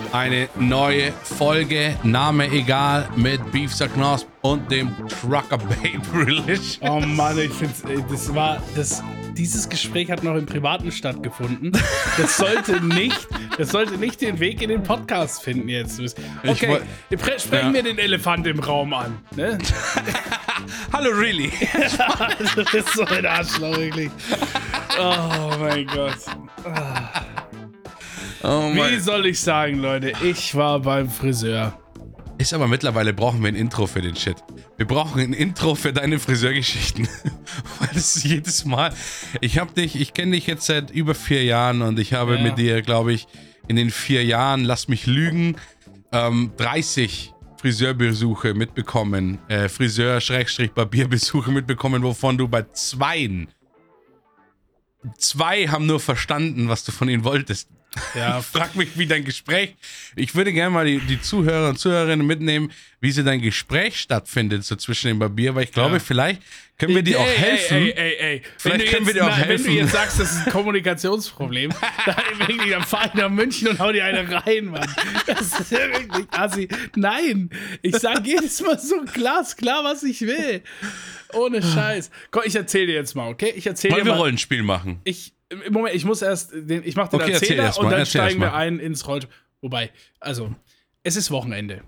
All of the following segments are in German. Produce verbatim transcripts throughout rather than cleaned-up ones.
Eine neue Folge, Name egal, mit Beefster Knosp und dem Trucker Babe Relish. Oh Mann, ich find's, das war, das, dieses Gespräch hat noch im Privaten stattgefunden. Das sollte nicht, das sollte nicht den Weg in den Podcast finden jetzt. Okay, ich wollt, sprechen ja. wir den Elefant im Raum an, ne? Hallo, really? Das ist so ein Arschloch, wirklich. Oh mein Gott. Oh mein. Wie soll ich sagen, Leute? Ich war beim Friseur. Ist aber mittlerweile brauchen wir ein Intro für den Shit. Wir brauchen ein Intro für deine Friseurgeschichten. Weil das ist jedes Mal. Ich hab dich, ich kenne dich jetzt seit über vier Jahren und ich habe ja. mit dir, glaube ich, in den vier Jahren, lass mich lügen, ähm, dreißig Friseurbesuche mitbekommen. Äh, Friseur-Barbierbesuche mitbekommen, wovon du bei zweien. Zwei haben nur verstanden, was du von ihnen wolltest. Ja, frag mich, wie dein Gespräch. Ich würde gerne mal die, die Zuhörer und Zuhörerinnen mitnehmen, wie so dein Gespräch stattfindet, so zwischen dem Barbier, weil ich glaube, ja. vielleicht können wir dir auch helfen. Ey, ey, ey, ey. Vielleicht können jetzt, wir dir auch na, helfen. Wenn du jetzt sagst, das ist ein Kommunikationsproblem, dann, dann fahr ich nach München und hau dir eine rein, Mann. Das ist ja wirklich assi. Nein, ich sag jedes Mal so glasklar, was ich will. Ohne Scheiß. Komm, ich erzähl dir jetzt mal, okay? Ich erzähl Wollen dir wir mal. Rollenspiel machen? Ich, im Moment, ich muss erst, den, ich mach den okay, Erzähler und dann erzähl steigen wir ein ins Rollspiel. Wobei, also, es ist Wochenende.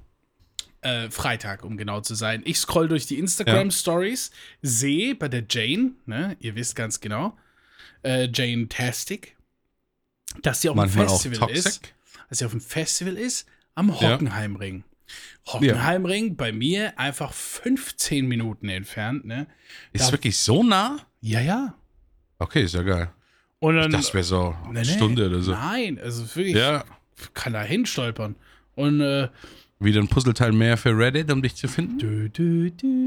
Äh, Freitag, um genau zu sein. Ich scroll durch die Instagram-Stories, ja. sehe bei der Jane, ne, ihr wisst ganz genau, äh, Jane Tastic, dass sie auf Manchmal dem Festival ist. Dass sie auf dem Festival ist, am Hockenheimring. Ja. Hockenheimring, ja. bei mir einfach fünfzehn Minuten entfernt, ne. Ist da, wirklich so nah? Ja, ja. Okay, ist ja geil. Und dann, das wäre so eine nee, Stunde oder so. Nein, also wirklich, ja. kann da hinstolpern. Und, äh, wieder ein Puzzleteil mehr für Reddit, um dich zu finden? Du, du,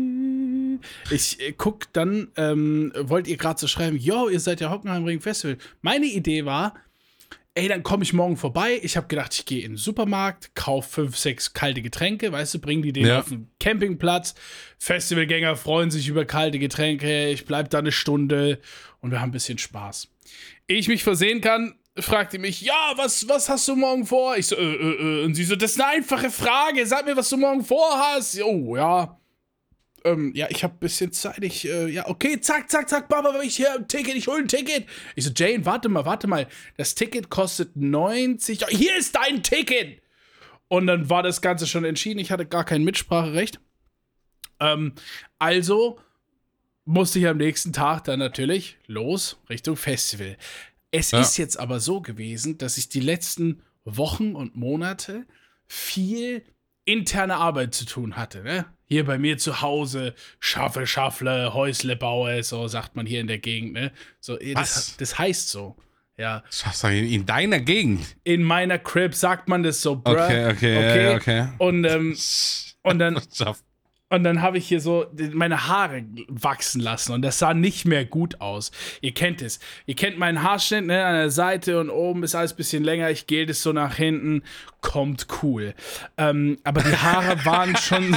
du. Ich äh, guck dann, ähm, wollt ihr gerade so schreiben, yo, ihr seid ja Hockenheimring Festival. Meine Idee war, ey, dann komme ich morgen vorbei. Ich habe gedacht, ich gehe in den Supermarkt, kaufe fünf, sechs kalte Getränke, weißt du, bring die denen ja. auf den Campingplatz. Festivalgänger freuen sich über kalte Getränke. Ich bleib da eine Stunde und wir haben ein bisschen Spaß. Ehe ich mich versehen kann, fragt die mich, ja, was, was hast du morgen vor? Ich so, äh, äh, äh. Und sie so, das ist eine einfache Frage. Sag mir, was du morgen vorhast. Oh, ja. Ähm, ja, ich hab ein bisschen Zeit. Ich, äh, ja, okay, zack, zack, zack, Baba, ich hier ein Ticket, ich hol ein Ticket. Ich so, Jane, warte mal, warte mal. Das Ticket kostet neunzig. Hier ist dein Ticket! Und dann war das Ganze schon entschieden. Ich hatte gar kein Mitspracherecht. Ähm, also musste ich am nächsten Tag dann natürlich los Richtung Festival. Es ja. ist jetzt aber so gewesen, dass ich die letzten Wochen und Monate viel interne Arbeit zu tun hatte, ne? Hier bei mir zu Hause, schaffe, schaffle, Häusle baue, so sagt man hier in der Gegend, ne? So, das, das heißt so, ja. In deiner Gegend? In meiner Crib sagt man das so, bruh. Okay, okay, okay. Ja, okay. Und, ähm, und dann... Und dann habe ich hier so meine Haare wachsen lassen und das sah nicht mehr gut aus. Ihr kennt es. Ihr kennt meinen Haarschnitt, ne, an der Seite und oben ist alles ein bisschen länger. Ich gehe das so nach hinten. Kommt cool. Ähm, aber die Haare waren schon...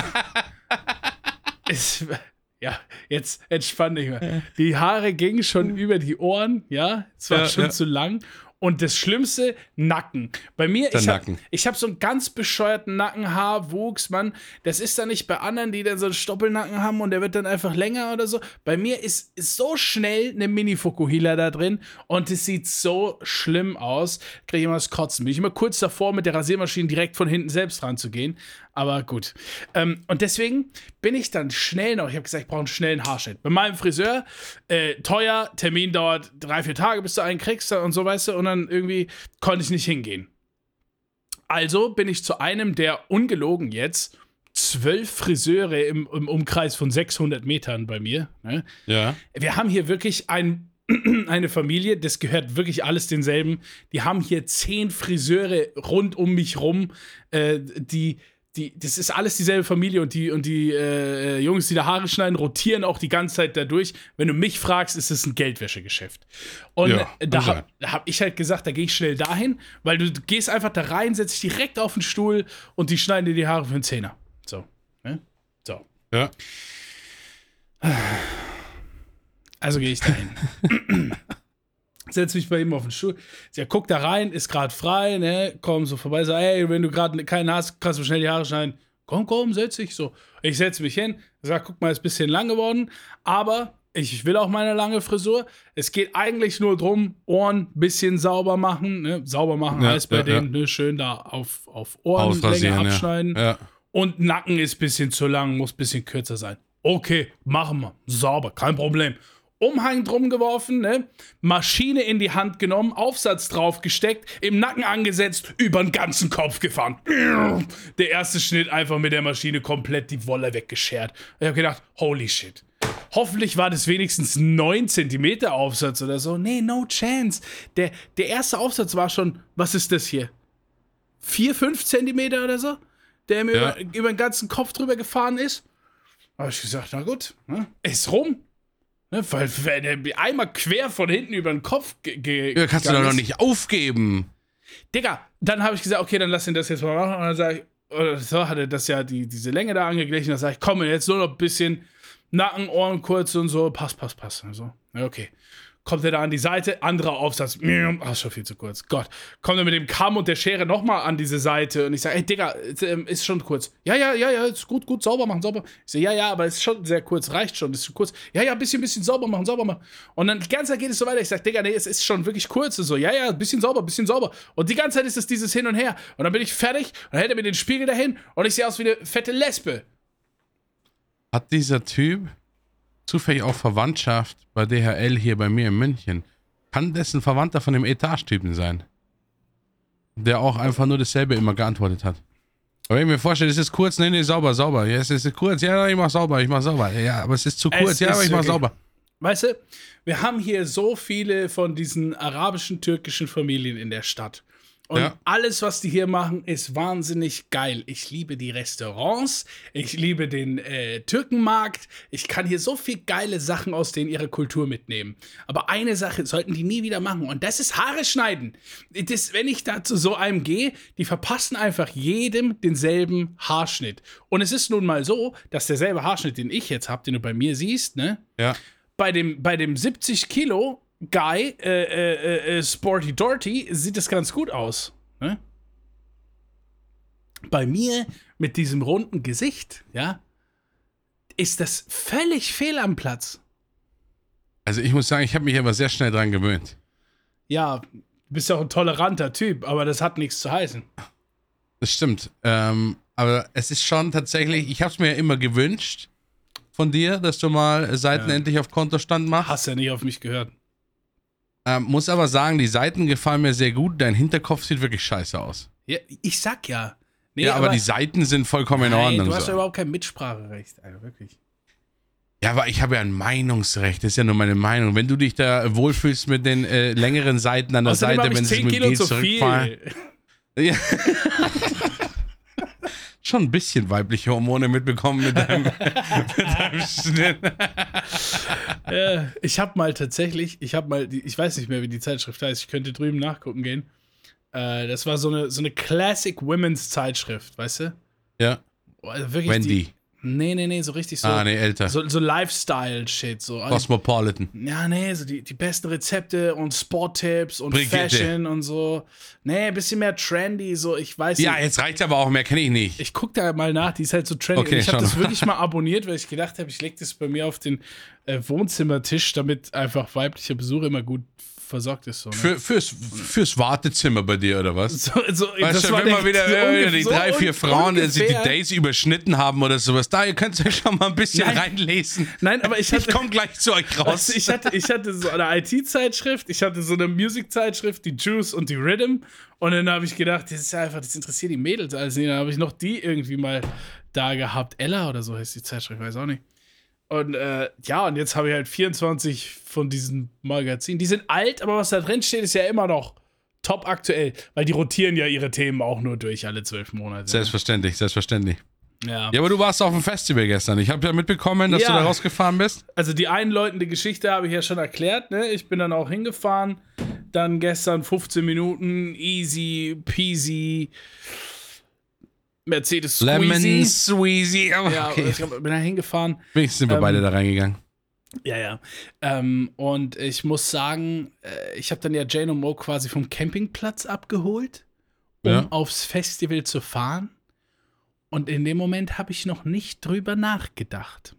es, ja, jetzt entspann dich mal. Die Haare gingen schon über die Ohren, ja. Es war ja, schon ja. zu lang. Und das Schlimmste, Nacken. Bei mir, Der ich habe Nacken. hab so einen ganz bescheuerten Nackenhaarwuchs, Mann. Das ist dann nicht bei anderen, die dann so einen Stoppelnacken haben und der wird dann einfach länger oder so. Bei mir ist, ist so schnell eine Mini-Fukuhila da drin und es sieht so schlimm aus. Kriege ich immer das Kotzen. Bin ich immer kurz davor, mit der Rasiermaschine direkt von hinten selbst ranzugehen. Aber gut. Ähm, und deswegen bin ich dann schnell noch, ich habe gesagt, ich brauche einen schnellen Haarschnitt. Bei meinem Friseur, äh, teuer, Termin dauert drei, vier Tage, bis du einen kriegst und so, weißt du, und dann irgendwie konnte ich nicht hingehen. Also bin ich zu einem der ungelogen jetzt zwölf Friseure im, im Umkreis von sechshundert Metern bei mir. Ne? Ja. Wir haben hier wirklich ein, eine Familie, das gehört wirklich alles denselben. Die haben hier zehn Friseure rund um mich rum, äh, die Die, das ist alles dieselbe Familie und die, und die äh, Jungs, die da Haare schneiden, rotieren auch die ganze Zeit dadurch. Wenn du mich fragst, ist es ein Geldwäschegeschäft. Und ja, da habe hab ich halt gesagt, da gehe ich schnell dahin, weil du, du gehst einfach da rein, setzt dich direkt auf den Stuhl und die schneiden dir die Haare für einen Zehner. So. Ne? So. Ja. Also gehe ich dahin. Setz mich bei ihm auf den Stuhl. Ja, guck da rein, ist gerade frei, ne? Komm so vorbei, so, ey, wenn du gerade keinen hast, kannst du schnell die Haare schneiden. Komm, komm, setz dich so. Ich setze mich hin, sag, guck mal, ist ein bisschen lang geworden, aber ich will auch meine lange Frisur. Es geht eigentlich nur drum, Ohren ein bisschen sauber machen. Ne? Sauber machen ja, heißt bei ja, denen, ja. ne, schön da auf, auf Ohrenlänge abschneiden. Ja. Ja. Und Nacken ist ein bisschen zu lang, muss ein bisschen kürzer sein. Okay, machen wir. Sauber, kein Problem. Umhang drum geworfen, ne? Maschine in die Hand genommen, Aufsatz draufgesteckt, im Nacken angesetzt, über den ganzen Kopf gefahren. Der erste Schnitt einfach mit der Maschine komplett die Wolle weggeschert. Ich hab gedacht, holy shit. Hoffentlich war das wenigstens neun Zentimeter Aufsatz oder so. Nee, no chance. Der, der erste Aufsatz war schon, was ist das hier? vier, fünf Zentimeter oder so? Der mir ja. über, über den ganzen Kopf drüber gefahren ist. Da hab ich gesagt, na gut, ne? Ist rum. Ne, weil wenn er einmal quer von hinten über den Kopf ge- ge- ja, kannst du doch noch nicht aufgeben. Digga, dann habe ich gesagt, okay, dann lass ihn das jetzt mal machen. Und dann sage ich, oder so hat er das ja die, diese Länge da angeglichen. Dann sage ich, komm, jetzt nur noch ein bisschen Nacken, Ohren kurz und so. Pass, pass, pass. So, ja, okay. Kommt er da an die Seite, anderer Aufsatz. Ach, schon viel zu kurz. Gott. Kommt er mit dem Kamm und der Schere nochmal an diese Seite. Und ich sage, ey, Digga, ist schon kurz. Ja, ja, ja, ja, ist gut, gut, sauber machen, sauber. Ich sage, ja, ja, aber ist schon sehr kurz, reicht schon, ist schon kurz. Ja, ja, ein bisschen, bisschen sauber machen, sauber machen. Und dann die ganze Zeit geht es so weiter. Ich sage, Digga, nee, es ist schon wirklich kurz. Und so, ja, ja, ein bisschen sauber, ein bisschen sauber. Und die ganze Zeit ist es dieses Hin und Her. Und dann bin ich fertig und dann hält er mir den Spiegel dahin und ich sehe aus wie eine fette Lesbe. Hat dieser Typ zufällig auch Verwandtschaft bei D H L hier bei mir in München? Kann dessen Verwandter von dem Etagetypen sein? Der auch einfach nur dasselbe immer geantwortet hat. Aber wenn ich mir vorstelle, es ist kurz, nee, nee, sauber, sauber. Ja, es ist kurz, ja, ich mach sauber, ich mach sauber. Ja, aber es ist zu kurz, Es ja, ist aber ich mach wirklich- sauber. Weißt du, wir haben hier so viele von diesen arabischen, türkischen Familien in der Stadt. Und Ja. alles, was die hier machen, ist wahnsinnig geil. Ich liebe die Restaurants, ich liebe den äh, Türkenmarkt. Ich kann hier so viel geile Sachen aus denen ihrer Kultur mitnehmen. Aber eine Sache sollten die nie wieder machen und das ist Haare schneiden. Das, wenn ich da zu so einem gehe, die verpassen einfach jedem denselben Haarschnitt. Und es ist nun mal so, dass derselbe Haarschnitt, den ich jetzt habe, den du bei mir siehst, ne? Ja. Bei dem, bei dem siebzig Kilo Guy, äh, äh, äh, Sporty Dorty, sieht das ganz gut aus. Ne? Bei mir mit diesem runden Gesicht, ja, ist das völlig fehl am Platz. Also ich muss sagen, ich habe mich aber sehr schnell dran gewöhnt. Ja, du bist ja auch ein toleranter Typ, aber das hat nichts zu heißen. Das stimmt. Ähm, aber es ist schon tatsächlich, ich habe es mir ja immer gewünscht von dir, dass du mal Seiten Ja. endlich auf Kontostand machst. Hast ja nicht auf mich gehört. Ähm, muss aber sagen, die Seiten gefallen mir sehr gut. Dein Hinterkopf sieht wirklich scheiße aus. Ja, ich sag ja. Nee, ja, aber, die Seiten sind vollkommen in nein, Ordnung. du hast ja So. überhaupt kein Mitspracherecht, Alter, wirklich. Ja, aber ich habe ja ein Meinungsrecht. Das ist ja nur meine Meinung. Wenn du dich da wohlfühlst mit den äh, längeren Seiten an der Außerdem Seite, hab ich wenn sie zehn mit Kilo G zu zurückfallen. viel. Ja. Schon ein bisschen weibliche Hormone mitbekommen mit deinem, mit deinem Schnitt. Äh, ich habe mal tatsächlich, ich habe mal, die, ich weiß nicht mehr, wie die Zeitschrift heißt, ich könnte drüben nachgucken gehen. Äh, das war so eine, so eine Classic Women's Zeitschrift, weißt du? Ja. Also wirklich Wendy. Die, nee, nee, nee, so richtig so. Ah, nee, älter. So, so Lifestyle-Shit. So. Cosmopolitan. Ja, nee, so die, die besten Rezepte und Sporttipps und Brigitte. Fashion und so. Nee, ein bisschen mehr trendy, so, ich weiß Ja, nicht. jetzt reicht's aber auch, mehr kenne ich nicht. Ich guck da mal nach, die ist halt so trendy. Okay, und ich habe schon. das wirklich mal abonniert, weil ich gedacht habe, ich lege das bei mir auf den äh, Wohnzimmertisch, damit einfach weiblicher Besuch immer gut versorgt ist. So, ne? Für, fürs, fürs Wartezimmer bei dir, oder was? so, so, Weißt das du, war wenn der- mal wieder so wenn wieder die ungef- so drei, vier un- Frauen, die sich die ungefähr. Days überschnitten haben oder sowas, da, ihr könnt euch schon mal ein bisschen Nein. reinlesen. Nein, aber ich Ich hatte, komme gleich zu euch raus. weißt du, ich hatte, ich hatte so eine I T-Zeitschrift, ich hatte so eine Musikzeitschrift, die Juice und die Rhythm. Und dann habe ich gedacht, das ist einfach, das interessiert die Mädels alles nicht. Dann habe ich noch die irgendwie mal da gehabt. Ella oder so heißt die Zeitschrift, weiß auch nicht. Und äh, ja, und jetzt habe ich halt vierundzwanzig von diesen Magazinen. Die sind alt, aber was da drin steht, ist ja immer noch top aktuell. Weil die rotieren ja ihre Themen auch nur durch alle zwölf Monate. Selbstverständlich, selbstverständlich. Ja. Ja, aber du warst auf dem Festival gestern. Ich habe ja mitbekommen, dass Ja. du da rausgefahren bist. Also die einläutende Geschichte habe ich ja schon erklärt, ne? Ich bin dann auch hingefahren, dann gestern fünfzehn Minuten, easy peasy, Mercedes Lemon Squeezy. Squeezy. Oh, Ja, okay. ich hab- bin da hingefahren. Wenigstens sind wir ähm, beide da reingegangen. Ja, ja. Ähm, und ich muss sagen, äh, ich habe dann ja Jane und Mo quasi vom Campingplatz abgeholt, um Ja. aufs Festival zu fahren. Und in dem Moment habe ich noch nicht drüber nachgedacht.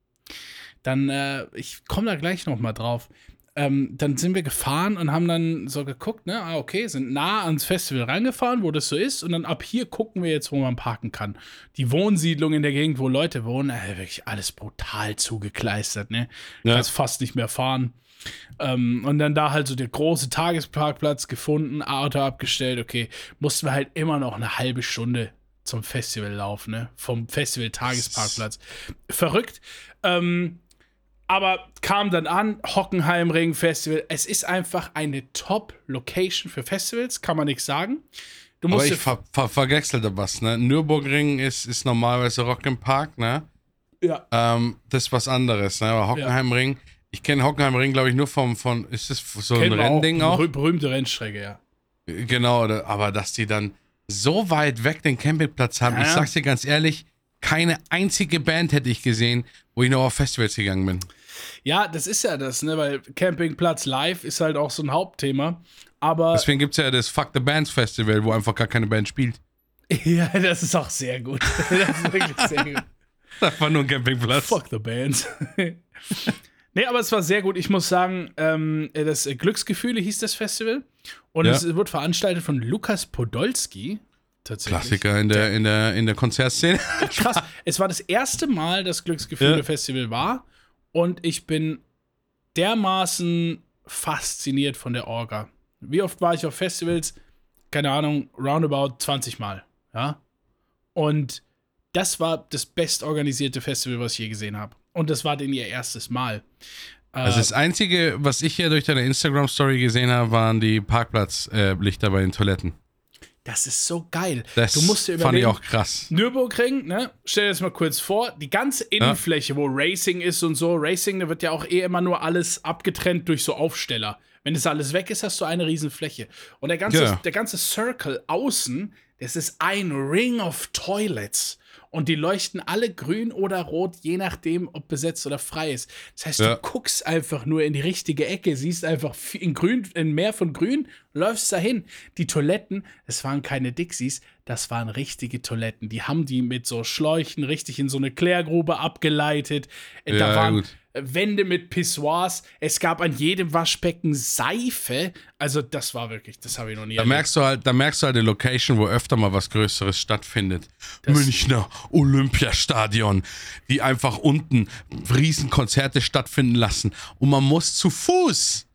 Dann, äh, ich komme da gleich noch mal drauf. Ähm, dann sind wir gefahren und haben dann so geguckt, ne, ah, okay, sind nah ans Festival reingefahren, wo das so ist. Und dann ab hier gucken wir jetzt, wo man parken kann. Die Wohnsiedlung in der Gegend, wo Leute wohnen, äh, wirklich alles brutal zugekleistert, ne? Ja. Kannst fast nicht mehr fahren. Ähm, und dann da halt so der große Tagesparkplatz gefunden, Auto abgestellt, okay. Mussten wir halt immer noch eine halbe Stunde zum Festival laufen, ne? Vom Festival-Tagesparkplatz. Verrückt. Ähm, aber kam dann an, Hockenheimring Festival. Es ist einfach eine Top-Location für Festivals, kann man nichts sagen. Du musst Aber ich ver ver verwechsel da was, ne? Nürburgring ist, ist normalerweise Rock im Park, ne? ja. Ähm, das ist was anderes, ne? Aber Hockenheimring, ich kenne Hockenheimring, glaube ich, nur vom, von, ist das so ein Rennding auch? Berüh berühmte Rennstrecke, ja. Genau, aber dass die dann so weit weg den Campingplatz haben, Ja, ich ja. sag's dir ganz ehrlich, keine einzige Band hätte ich gesehen, wo ich noch auf Festivals gegangen bin. Ja, das ist ja das, ne? Weil Campingplatz live ist halt auch so ein Hauptthema. Aber Deswegen gibt's ja das Fuck the Bands Festival, wo einfach gar keine Band spielt. ja, das ist auch sehr gut. Das ist wirklich sehr gut. Das war nur ein Campingplatz. Fuck the bands. Nee, aber es war sehr gut. Ich muss sagen, ähm, das Glücksgefühle hieß das Festival. Und Ja. es wird veranstaltet von Lukas Podolski. Tatsächlich. Klassiker in der, in der, in der Konzertszene. Krass. Es war das erste Mal, dass Glücksgefühle-Festival war. Und ich bin dermaßen fasziniert von der Orga. Wie oft war ich auf Festivals? Keine Ahnung, roundabout zwanzig Mal. Ja. Und das war das bestorganisierte Festival, was ich je gesehen habe. Und das war denn ihr erstes Mal. Also das Einzige, was ich hier durch deine Instagram-Story gesehen habe, waren die Parkplatzlichter bei den Toiletten. Das ist so geil. Das du musst dir fand ich überlegen, auch krass. Nürburgring, ne? Stell dir das mal kurz vor, die ganze Innenfläche, wo Racing ist und so, Racing, da wird ja auch eh immer nur alles abgetrennt durch so Aufsteller. Wenn das alles weg ist, hast du eine Riesenfläche. Und der ganze, Ja. der ganze Circle außen, das ist ein Ring of Toilets. Und die leuchten alle grün oder rot, je nachdem, ob besetzt oder frei ist. Das heißt, Ja. du guckst einfach nur in die richtige Ecke, siehst einfach in grün, in Meer von grün, läufst dahin. Die Toiletten, das waren keine Dixies, das waren richtige Toiletten. Die haben die mit so Schläuchen richtig in so eine Klärgrube abgeleitet. Äh, da Ja, waren gut. Wände mit Pissoirs. Es gab an jedem Waschbecken Seife. Also das war wirklich, das habe ich noch nie Da merkst du halt, da merkst du halt eine Location, wo öfter mal was Größeres stattfindet. Münchner Olympiastadion, die einfach unten Riesenkonzerte stattfinden lassen. Und man muss zu Fuß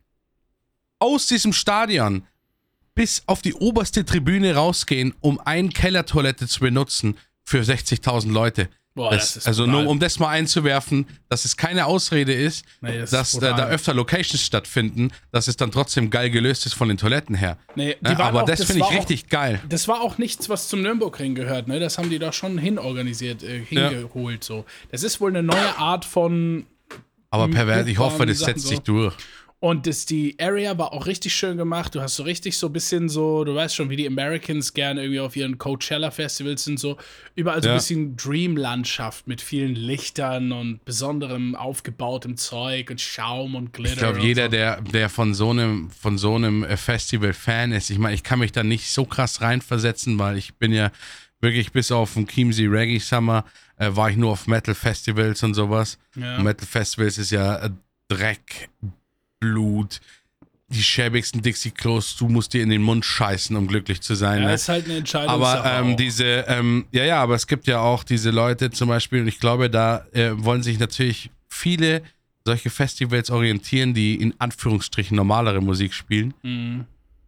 aus diesem Stadion bis auf die oberste Tribüne rausgehen, um eine Kellertoilette zu benutzen für sechzigtausend Leute. Boah, das, das ist also brutal. nur um das mal einzuwerfen, dass es keine Ausrede ist, Nee, das ist dass äh, brutal. da öfter Locations stattfinden, dass es dann trotzdem geil gelöst ist von den Toiletten her. Nee, die Ne? waren Aber auch- das das finde ich war auch- richtig geil. Das war auch nichts, was zum Nürburgring gehört, ne? Das haben die da schon hinorganisiert, äh, hingeholt, so. Das ist wohl eine neue Art von. Aber pervers, ich hoffe, das Sachen setzt so. sich durch. Und das, die Area war auch richtig schön gemacht. Du hast so richtig so ein bisschen so, du weißt schon, wie die Americans gerne irgendwie auf ihren Coachella-Festivals sind, so überall so ein Ja. bisschen Dream-Landschaft mit vielen Lichtern und besonderem aufgebautem Zeug und Schaum und Glitter. Ich glaube, und jeder, so. der, der von so einem, von so einem äh, Festival Fan ist, ich meine, ich kann mich da nicht so krass reinversetzen, weil ich bin ja wirklich bis auf den Chiemsee Reggae Summer äh, war ich nur auf Metal Festivals und sowas. Ja. Und Metal Festivals ist ja äh, Dreck, Blut, die schäbigsten Dixie-Klos, du musst dir in den Mund scheißen, um glücklich zu sein. Ja, ne? ist halt eine Entscheidung. Aber ähm, diese, ähm, ja, ja, aber es gibt ja auch diese Leute zum Beispiel, und ich glaube, da äh, wollen sich natürlich viele solche Festivals orientieren, die in Anführungsstrichen normalere Musik spielen. Mhm.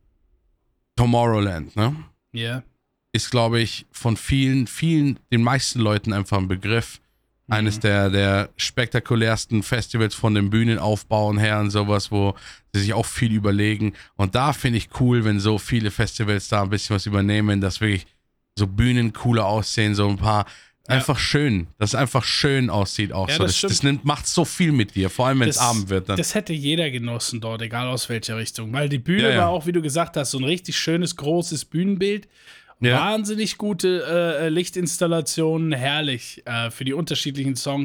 Tomorrowland, ne? Ja. Ist, glaube ich, von vielen, vielen, den meisten Leuten einfach ein Begriff. Mhm. Eines der, der spektakulärsten Festivals von den Bühnenaufbauen her und sowas, wo sie sich auch viel überlegen. Und da finde ich cool, wenn so viele Festivals da ein bisschen was übernehmen, dass wirklich so Bühnen cooler aussehen, so ein paar Ja. einfach schön, dass es einfach schön aussieht auch Ja, so. das Das, stimmt. das nimmt, macht so viel mit dir, vor allem wenn es Das- Abend wird dann. Das hätte jeder genossen dort, egal aus welcher Richtung. Weil die Bühne Ja, ja. war auch, wie du gesagt hast, so ein richtig schönes, großes Bühnenbild. Ja. Wahnsinnig gute äh, Lichtinstallationen, herrlich äh, für die unterschiedlichen Songs.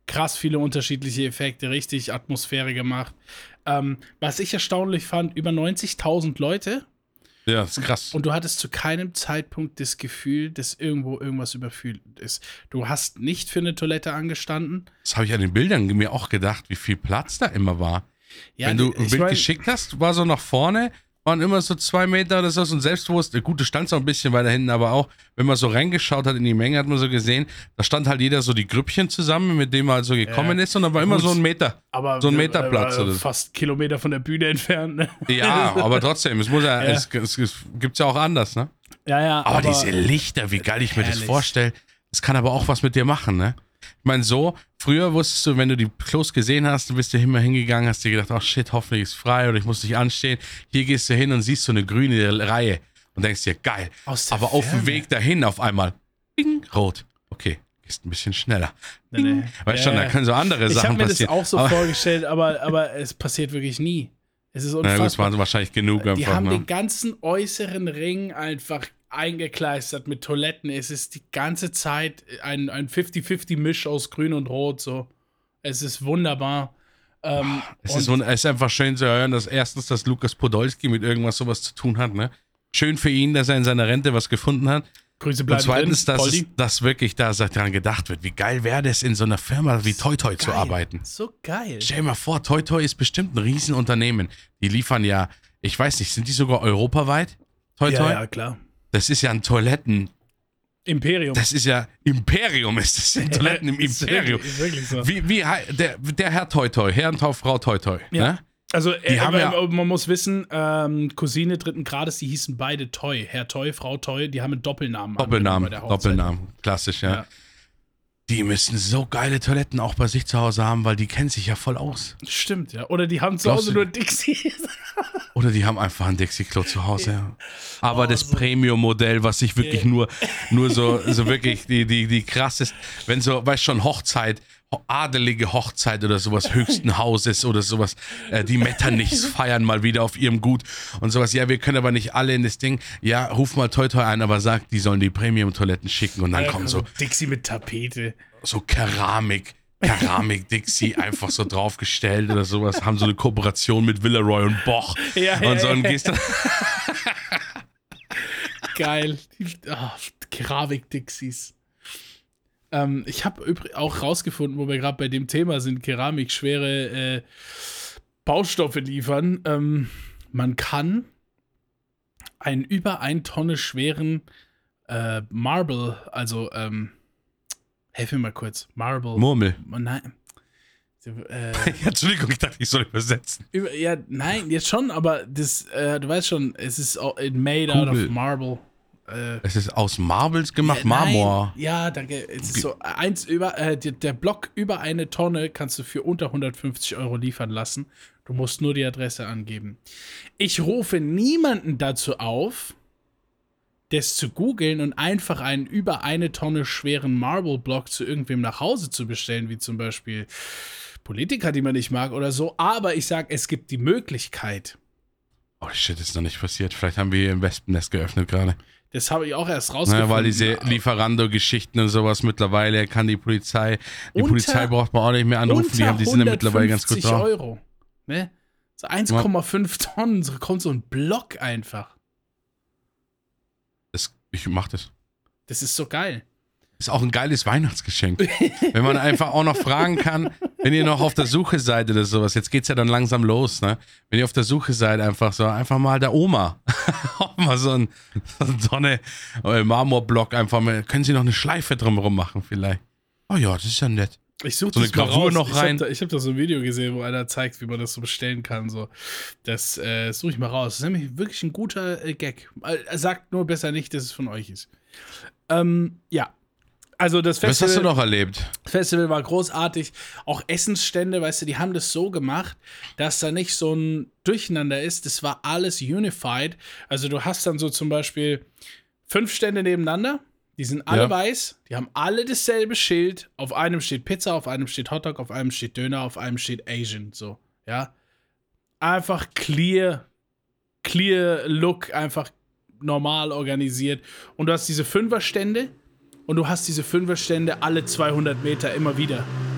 krass viele unterschiedliche Effekte, richtig Atmosphäre gemacht. Ähm, was ich erstaunlich fand, über neunzigtausend Leute. Ja, das ist krass. Und du hattest zu keinem Zeitpunkt das Gefühl, dass irgendwo irgendwas überfüllt ist. Du hast nicht für eine Toilette angestanden. Das habe ich an den Bildern mir auch gedacht, wie viel Platz da immer war. Ja, Wenn du ein ich Bild mein, geschickt hast, war so nach vorne, waren immer so zwei Meter oder so und selbstbewusst. Gut, du standst auch ein bisschen weiter hinten, aber auch, wenn man so reingeschaut hat in die Menge, hat man so gesehen, da stand halt jeder so die Grüppchen zusammen, mit dem er halt so gekommen Ja. ist und da war immer Gut, so ein Meter. aber so ein wir- Meter Platz äh, oder so. fast Kilometer von der Bühne entfernt. Ne? Ja, aber trotzdem, es muss ja, Ja. es, es, es gibt's ja auch anders, ne? Ja, ja. Aber, diese Lichter, wie geil ich mir das herrlich. vorstelle, das kann aber auch was mit dir machen, ne? Ich meine, so, früher wusstest du, wenn du die Klos gesehen hast, du bist ja immer hingegangen, hast dir gedacht, oh shit, hoffentlich ist frei oder ich muss nicht anstehen. Hier gehst du hin und siehst so eine grüne Reihe und denkst dir, geil. Aus der Aber auf dem Ferne. Weg dahin auf einmal, bing, rot. Okay, gehst ein bisschen schneller. Nee, nee. Weißt Ja, schon, ja. da können so andere Ich habe Sachen mir das passieren. auch so aber, vorgestellt, aber, aber es passiert wirklich nie. Es ist na gut, es unfassbar. waren wahrscheinlich genug einfach. Die haben ne? den ganzen äußeren Ring einfach eingekleistert mit Toiletten. Es ist die ganze Zeit ein, ein fünfzig fünfzig Misch aus Grün und Rot. So. Es ist wunderbar. Ähm, Es ist, wund- es ist einfach schön zu hören, dass erstens, dass Lukas Podolski mit irgendwas sowas zu tun hat, ne? Schön für ihn, dass er in seiner Rente was gefunden hat. Grüße Und bleiben zweitens, drin, dass, es, Poldi. dass wirklich da daran gedacht wird. Wie geil wäre das, in so einer Firma wie Toi Toi zu Geil. arbeiten. So geil. Stell dir mal vor, Toi Toi ist bestimmt ein Riesenunternehmen. Die liefern ja, ich weiß nicht, sind die sogar europaweit? Toi Toi? Ja, ja, klar. Das ist ja ein Toiletten, Imperium. das ist ja Imperium, ist das ja Toiletten im Ist Imperium. wirklich- ist wirklich so. Wie, wie, hei- der, der Herr Toi Toi, Herr und Frau Toi Toi, Ja. ne? Also, äh, haben äh, ja- man muss wissen, ähm, Cousine dritten Grades, die hießen beide Toy. Herr Toy, Frau Toy, die haben einen Doppelnamen. Doppelnamen, angenommen bei der Hochzeit. Doppelnamen, klassisch, ja. Ja. Die müssen so geile Toiletten auch bei sich zu Hause haben, weil die kennen sich ja voll aus. Stimmt, ja. Oder die haben zu Glaubst Hause du- nur Dixie. Oder die haben einfach ein Dixie-Klo zu Hause. Ja. Aber Oh, das so- Premium-Modell, was sich wirklich Ja. nur, nur so, so wirklich die, die, die krasseste, wenn so, weißt schon, Hochzeit, ho- adelige Hochzeit oder sowas höchsten Hauses oder sowas, äh, die Metternichs feiern mal wieder auf ihrem Gut und sowas. Ja, wir können aber nicht alle in das Ding. Ja, ruf mal Toi Toi ein, aber sag, die sollen die Premium-Toiletten schicken und dann kommen so, Dixie mit Tapete. so Keramik. Keramik-Dixie einfach so draufgestellt oder sowas, haben so eine Kooperation mit Villeroy und Boch Ja, ja, und so ja, und ja. gehst dann Geil. Oh, Keramik-Dixies. Ähm, ich habe auch rausgefunden, wo wir gerade bei dem Thema sind, Keramik, schwere äh, Baustoffe liefern. Ähm, man kann einen über ein Tonne schweren äh, Marble, also, ähm, helf mir mal kurz, Marble. Murmel. Nein. Äh, Ja, Entschuldigung, ich dachte, ich soll übersetzen. über, ja, nein, jetzt schon, aber das, äh, du weißt schon, es ist auch made out Kugel. of marble. Äh, Es ist aus Marbles gemacht, Ja, nein. Marmor. Ja, danke. Es ist so eins über, äh, der, der Block über eine Tonne kannst du für unter hundertfünfzig Euro liefern lassen. Du musst nur die Adresse angeben. Ich rufe niemanden dazu auf, das zu googeln und einfach einen über eine Tonne schweren Marble-Block zu irgendwem nach Hause zu bestellen, wie zum Beispiel Politiker, die man nicht mag oder so. Aber ich sag, es gibt die Möglichkeit. Oh shit, ist noch nicht passiert. Vielleicht haben wir hier ein Wespennest geöffnet gerade. Das habe ich auch erst rausgefunden. Naja, weil diese Lieferando-Geschichten und sowas mittlerweile kann die Polizei, die Unter- Polizei braucht man auch nicht mehr anrufen, die, haben, die sind ja mittlerweile ganz gut drauf. Euro. Ne? So eins Komma fünf Tonnen, so kommt so ein Block einfach. Das, ich mach das. Das ist so geil. Ist auch ein geiles Weihnachtsgeschenk. Wenn man einfach auch noch fragen kann, wenn ihr noch auf der Suche seid oder sowas, jetzt geht's ja dann langsam los, ne? Wenn ihr auf der Suche seid, einfach so, einfach mal der Oma. Auch mal so ein, so eine Tonne äh, Marmorblock einfach mal, können Sie noch eine Schleife drumherum machen vielleicht? Oh ja, das ist ja nett. Ich suche So eine das mal Gravur raus. noch rein. Ich habe da, ich hab da so ein Video gesehen, wo einer zeigt, wie man das so bestellen kann. So. Das äh, suche ich mal raus. Das ist nämlich wirklich ein guter äh, Gag. Er sagt nur besser nicht, dass es von euch ist. Ähm, ja. Also das Was Festival, hast du noch erlebt? Festival war großartig. Auch Essensstände, weißt du, die haben das so gemacht, dass da nicht so ein Durcheinander ist. Das war alles unified. Also du hast dann so zum Beispiel fünf Stände nebeneinander. Die sind alle Ja. weiß. Die haben alle dasselbe Schild. Auf einem steht Pizza, auf einem steht Hotdog, auf einem steht Döner, auf einem steht Asian. So, ja. Einfach clear, clear Look, einfach normal organisiert. Und du hast diese Fünferstände. Und du hast diese Fünferstände alle zweihundert Meter immer wieder.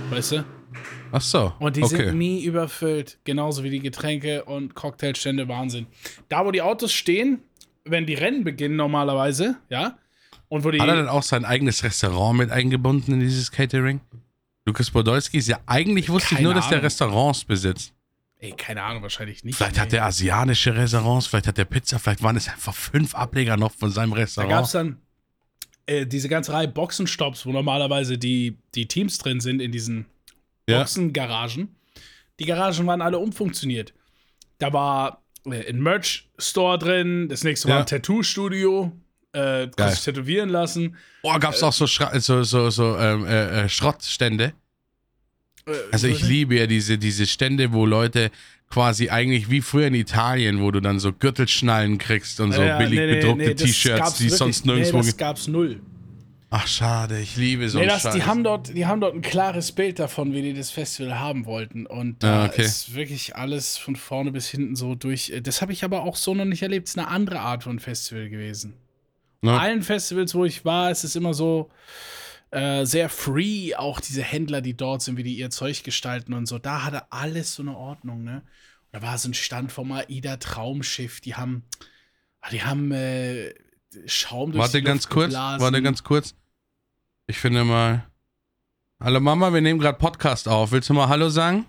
weißt du? Ach so, Und die okay. sind nie überfüllt. Genauso wie die Getränke und Cocktailstände, Wahnsinn. Da, wo die Autos stehen, wenn die Rennen beginnen normalerweise, ja, und wo die... Hat er denn auch sein eigenes Restaurant mit eingebunden in dieses Catering? Lukas Podolski ist ja, eigentlich wusste Keine ich nur, dass der Ahnung. Restaurants besitzt. Ey, keine Ahnung, wahrscheinlich nicht. Vielleicht nee. hat der asiatische Restaurants, vielleicht hat der Pizza, vielleicht waren es einfach fünf Ableger noch von seinem Da Restaurant. gab es dann äh, diese ganze Reihe Boxenstopps, wo normalerweise die, die Teams drin sind in diesen Ja. Boxengaragen. Die Garagen waren alle umfunktioniert. Da war äh, ein Merch-Store drin, das nächste war Ja. ein Tattoo-Studio, äh, kannst dich tätowieren lassen. Oh, gab's auch so, Schra- so, so, so ähm, äh, äh, Schrottstände? Äh, Also ich liebe ja diese, diese Stände, wo Leute quasi eigentlich wie früher in Italien, wo du dann so Gürtelschnallen kriegst und so Ja, billig nee, nee, bedruckte nee, das T-Shirts, gab's die wirklich- sonst nirgendwo... Nee, das gab's null. Ach, schade, ich liebe so Nee, einen das, Scheiß. die, haben dort, die haben dort ein klares Bild davon, wie die das Festival haben wollten. Und da Ah, okay. ist wirklich alles von vorne bis hinten so durch. Das habe ich aber auch so noch nicht erlebt. Es ist eine andere Art von Festival gewesen. Ja. Bei allen Festivals, wo ich war, ist es immer so äh, sehr free. Auch diese Händler, die dort sind, wie die ihr Zeug gestalten und so. Da hatte alles so eine Ordnung, ne? Da war so ein Stand vom AIDA Traumschiff. Die haben, die haben äh, Schaum durch Warte die ganz Luft kurz, geblasen. warte ganz kurz. Ich finde mal... Hallo Mama, wir nehmen gerade Podcast auf. Willst du mal Hallo sagen?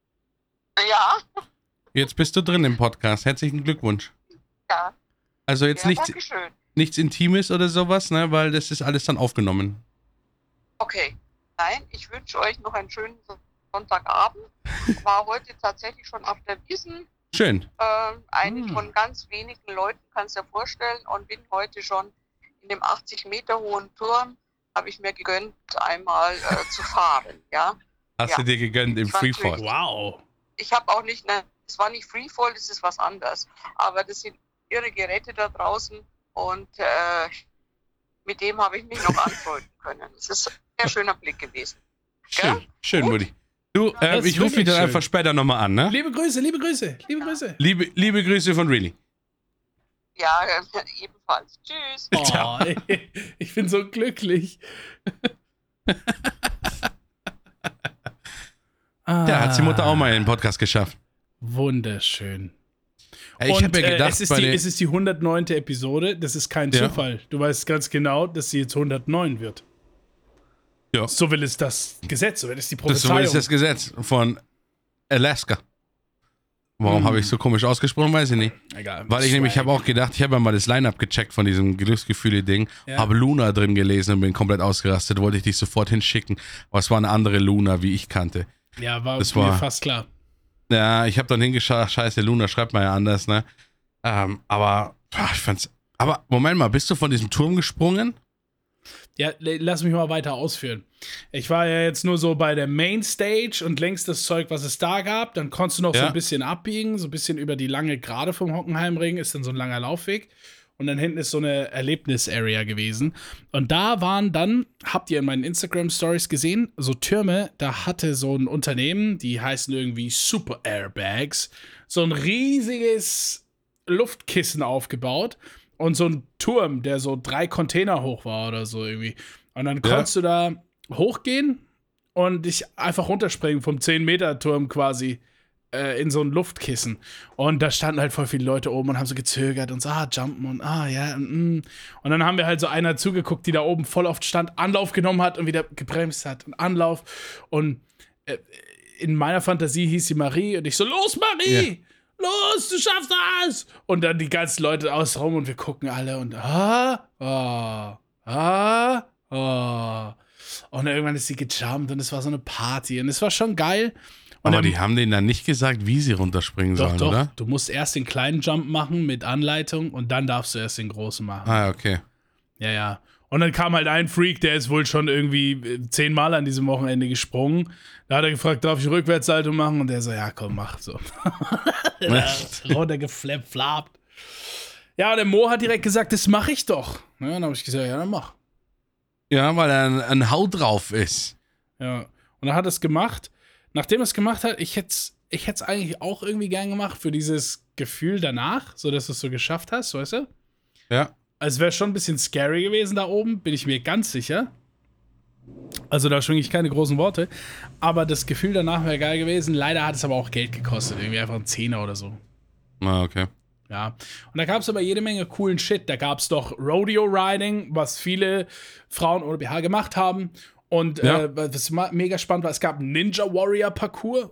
Ja, Jetzt bist du drin im Podcast. Herzlichen Glückwunsch. ja, Also jetzt ja, nichts, danke schön. nichts Intimes oder sowas, ne? Weil das ist alles dann aufgenommen. Okay, nein, ich wünsche euch noch einen schönen Sonntagabend. War heute tatsächlich schon auf der Wiesn, Schön. äh, eine Hm. von ganz wenigen Leuten, kannst du dir vorstellen, und bin heute schon in dem achtzig Meter hohen Turm, habe ich mir gegönnt, einmal äh, zu fahren, ja. Hast Ja. du dir gegönnt im Ich fand Freefall. wirklich- Wow. Ich habe auch nicht, ne, es war nicht Freefall, das ist was anderes, aber das sind irre Geräte da draußen und äh, mit dem habe ich mich noch anfreunden können. Es ist ein sehr schöner Blick gewesen. Schön, schön, Gut. Mutti. Du, äh, Das ist ich rufe dich wirklich dann schön. einfach später nochmal an, ne? Liebe Grüße, liebe Grüße, liebe Grüße. Liebe, liebe Grüße von Really. Ja, äh, ebenfalls. Tschüss. Oh, ey, ich bin so glücklich. ah, Ja, hat die Mutter auch mal in den Podcast geschafft. Wunderschön. Ey, ich Und, habe ja äh, gedacht, es, ist bei die, den- es ist die hundertneunte Episode, das ist kein Ja. Zufall. Du weißt ganz genau, dass sie jetzt hundertneun wird. Ja. So will es das Gesetz, so will es die das so Prophezeiung. ist das Gesetz von Alaska. Warum Hm. habe ich so komisch ausgesprochen, weiß ich nicht. Egal. Weil ich nämlich, ich habe auch gedacht, ich habe ja mal das Line-Up gecheckt von diesem Glücksgefühle-Ding, Ja. habe Luna drin gelesen und bin komplett ausgerastet, wollte ich dich sofort hinschicken, aber es war eine andere Luna, wie ich kannte. Ja, war das mir war- fast klar. Ja, ich habe dann hingeschaut, scheiße, Luna schreibt man ja anders, ne? Ähm, aber, boah, ich fand's, aber Moment mal, bist du von diesem Turm gesprungen? Ja, l- lass mich mal weiter ausführen. Ich war ja jetzt nur so bei der Mainstage und längst das Zeug, was es da gab. Dann konntest du noch so Ja. ein bisschen abbiegen, so ein bisschen über die lange Gerade vom Hockenheimring ist dann so ein langer Laufweg. Und dann hinten ist so eine Erlebnis-Area gewesen. Und da waren dann, habt ihr in meinen Instagram-Stories gesehen, so Türme, da hatte so ein Unternehmen, die heißen irgendwie Super Airbags, so ein riesiges Luftkissen aufgebaut und so ein Turm, der so drei Container hoch war oder so irgendwie. Und dann konntest du da hochgehen und dich einfach runterspringen vom zehn Meter Turm quasi äh, in so ein Luftkissen. Und da standen halt voll viele Leute oben und haben so gezögert und so, ah, jumpen und ah, ja, und, mm. und dann haben wir halt so einer zugeguckt, die da oben voll oft stand, Anlauf genommen hat und wieder gebremst hat und Anlauf. Und äh, in meiner Fantasie hieß sie Marie und ich so, los Marie! Los, du schaffst das! Und dann die ganzen Leute außenrum und wir gucken alle und ah, ah, ah, ah. Und dann irgendwann ist sie gejumpt und es war so eine Party und es war schon geil. Und Aber dann- die haben denen dann nicht gesagt, wie sie runterspringen doch, sollen, doch, oder? du musst erst den kleinen Jump machen mit Anleitung und dann darfst du erst den großen machen. Ah, okay. Ja, ja. Und dann kam halt ein Freak, der ist wohl schon irgendwie äh, zehnmal an diesem Wochenende gesprungen. Da hat er gefragt, darf ich Rückwärtssalto machen? Und der so, ja, komm, mach so. Runtergeflappt, flappt. Ja, der Mo hat direkt gesagt, das mache ich doch. Ja, dann habe ich gesagt, ja, dann mach. Ja, weil da ein, ein Hau drauf ist. Ja. Und dann hat er es gemacht. Nachdem er es gemacht hat, ich hätte es ich hätt's eigentlich auch irgendwie gern gemacht für dieses Gefühl danach, so dass du es so geschafft hast, weißt du? Ja. Also es wäre schon ein bisschen scary gewesen da oben, bin ich mir ganz sicher. Also da schwinge ich keine großen Worte. Aber das Gefühl danach wäre geil gewesen. Leider hat es aber auch Geld gekostet. Irgendwie einfach ein Zehner oder so. Ah, okay. Ja. Und da gab es aber jede Menge coolen Shit. Da gab es doch Rodeo Riding, was viele Frauen ohne B H gemacht haben. Und Ja. äh, was mega spannend war, es gab einen Ninja Warrior Parcours.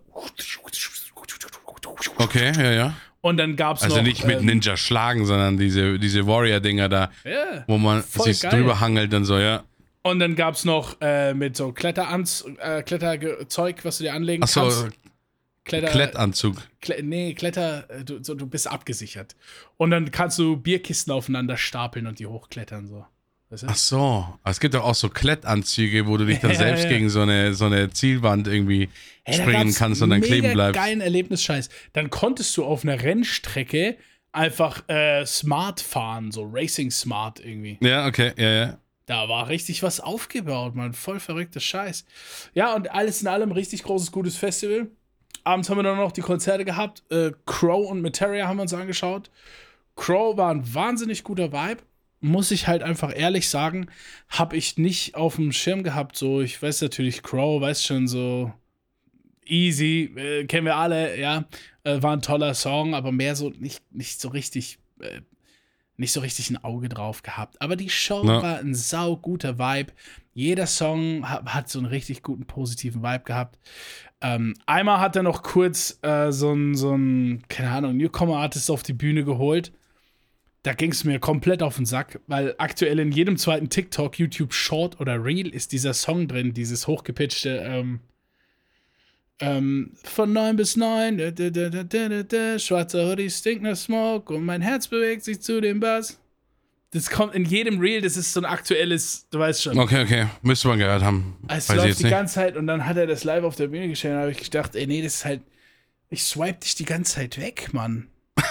Okay, ja, ja. Und dann gab es Also noch... nicht mit ähm, Ninja schlagen, sondern diese, diese Warrior-Dinger da, ja, wo man voll sich geil. drüber hangelt und so, ja. Und dann gab es noch äh, mit so Kletteranz äh, Kletterzeug, was du dir anlegen Achso, kannst. Kletter, Klettanzug. Kle nee, Kletter, äh, du, so, du bist abgesichert. Und dann kannst du Bierkisten aufeinander stapeln und die hochklettern so. Weißt du? Ach so, es gibt doch auch so Klettanzüge, wo du dich dann Ja, selbst ja. gegen so eine, so eine Zielwand irgendwie Hey, da springen gab's kannst und dann mega kleben bleibst. geilen Erlebnisscheiß. Dann konntest du auf einer Rennstrecke einfach äh, smart fahren, so Racing Smart irgendwie. Ja, okay, ja, ja. Da war richtig was aufgebaut, man. Voll verrückter Scheiß. Ja, und alles in allem richtig großes, gutes Festival. Abends haben wir dann noch die Konzerte gehabt. Äh, Crow und Materia haben wir uns angeschaut. Crow war ein wahnsinnig guter Vibe. Muss ich halt einfach ehrlich sagen, habe ich nicht auf dem Schirm gehabt. So, ich weiß natürlich, Crow, weiß schon, so easy, äh, kennen wir alle, ja. Äh, war ein toller Song, aber mehr so nicht, nicht so richtig, äh, nicht so richtig ein Auge drauf gehabt. Aber die Show Ja. war ein sauguter Vibe. Jeder Song hat, hat so einen richtig guten, positiven Vibe gehabt. Ähm, einmal hat er noch kurz äh, so ein, so ein, keine Ahnung, Newcomer-Artist auf die Bühne geholt. Da ging es mir komplett auf den Sack, weil aktuell in jedem zweiten TikTok, YouTube Short oder Reel ist dieser Song drin, dieses hochgepitchte ähm, ähm, von neun bis neun, da, da, da, da, da, da, schwarzer Hoodie stinkt nach Smoke und mein Herz bewegt sich zu dem Bass. Das kommt in jedem Reel, das ist so ein aktuelles, du weißt schon. Okay, okay, müsste man gehört haben. Es Weiß ich läuft jetzt die nicht. ganze Zeit und dann hat er das live auf der Bühne gestellt und da habe ich gedacht, ey, nee, das ist halt, ich swipe dich die ganze Zeit weg, Mann.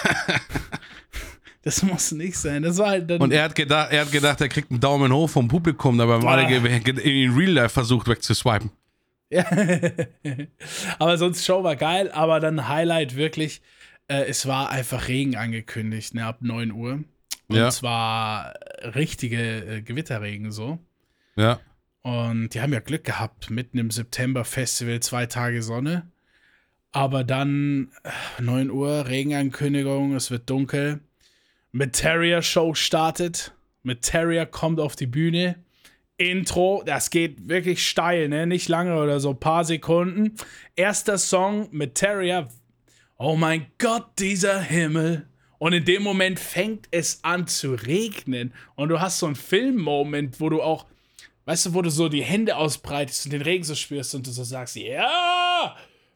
Das muss nicht sein. Das war halt dann. Und er hat gedacht, er hat gedacht, er kriegt einen Daumen hoch vom Publikum, aber Ah. mal in Real Life versucht wegzuswipen. Ja. Aber sonst Show war geil, aber dann Highlight wirklich, äh, es war einfach Regen angekündigt, ne, ab neun Uhr. Und Ja. zwar richtige äh, Gewitterregen so. Ja. Und die haben ja Glück gehabt, mitten im September-Festival, zwei Tage Sonne. Aber dann äh, neun Uhr, Regenankündigung, es wird dunkel. Materia Show startet. Materia kommt auf die Bühne. Intro, das geht wirklich steil, ne? Nicht lange oder so, paar Sekunden. Erster Song, Materia. Oh mein Gott, dieser Himmel. Und in dem Moment fängt es an zu regnen. Und du hast so einen Film-Moment, wo du auch, weißt du, wo du so die Hände ausbreitest und den Regen so spürst und du so sagst, ja!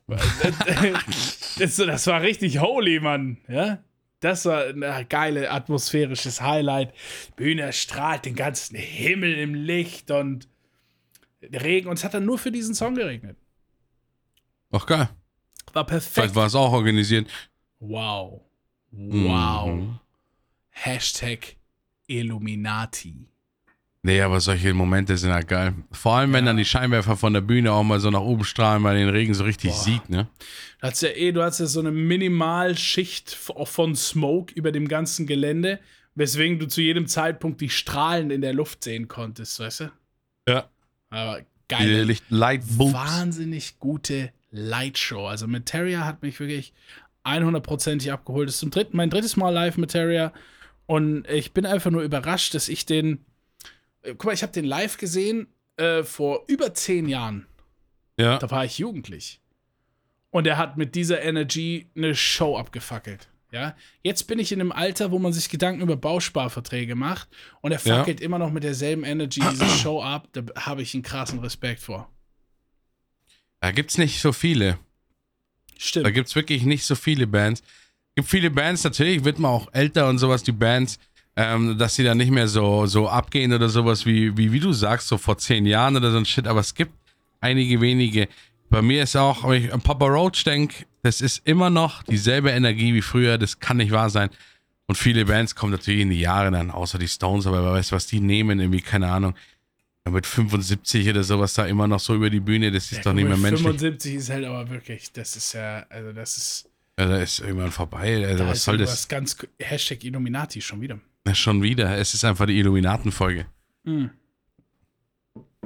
das, das war richtig holy, Mann. Ja? Das war ein geiles atmosphärisches Highlight. Bühne strahlt den ganzen Himmel im Licht und Regen. Und es hat dann nur für diesen Song geregnet. Ach geil. War perfekt. Vielleicht war es auch organisiert. Wow. Wow. Mhm. Hashtag Illuminati. Nee, aber solche Momente sind halt geil. Vor allem, wenn Ja. dann die Scheinwerfer von der Bühne auch mal so nach oben strahlen, weil den Regen so richtig Boah. sieht, ne? Du hast ja eh, du hast ja so eine Minimalschicht f- auch von Smoke über dem ganzen Gelände, weswegen du zu jedem Zeitpunkt die Strahlen in der Luft sehen konntest, weißt du? Ja. Aber Die geil. Licht Light Bulbs. Wahnsinnig gute Lightshow. Also Materia hat mich wirklich hundertprozentig abgeholt. Das ist zum dritten, mein drittes Mal live Materia und ich bin einfach nur überrascht, dass ich den äh, guck mal, ich habe den live gesehen äh, vor über zehn Jahren. Ja. Da war ich jugendlich. Und er hat mit dieser Energy eine Show abgefackelt. Ja? Jetzt bin ich in einem Alter, wo man sich Gedanken über Bausparverträge macht und er Ja. fackelt immer noch mit derselben Energy diese Show ab. Da habe ich einen krassen Respekt vor. Da gibt's nicht so viele. Da Stimmt. gibt's wirklich nicht so viele Bands. Gibt viele Bands, natürlich wird man auch älter und sowas, die Bands, ähm, dass sie dann nicht mehr so, so abgehen oder sowas, wie, wie, wie du sagst, so vor zehn Jahren oder so ein Shit, aber es gibt einige wenige. Bei mir ist auch, wenn ich an Papa Roach denke, das ist immer noch dieselbe Energie wie früher, das kann nicht wahr sein. Und viele Bands kommen natürlich in die Jahre dann, außer die Stones, aber wer weiß, was die nehmen, irgendwie, keine Ahnung. Ja, mit fünfundsiebzig oder sowas da immer noch so über die Bühne, das ist Ja, doch nicht mehr menschlich. fünfundsiebzig ist halt aber wirklich, das ist ja, also das ist, Ja, da ist irgendwann vorbei, also da was ist soll irgendwas das? ganz, Hashtag Illuminati schon wieder. Ja, schon wieder, es ist einfach die Illuminaten-Folge. Mhm.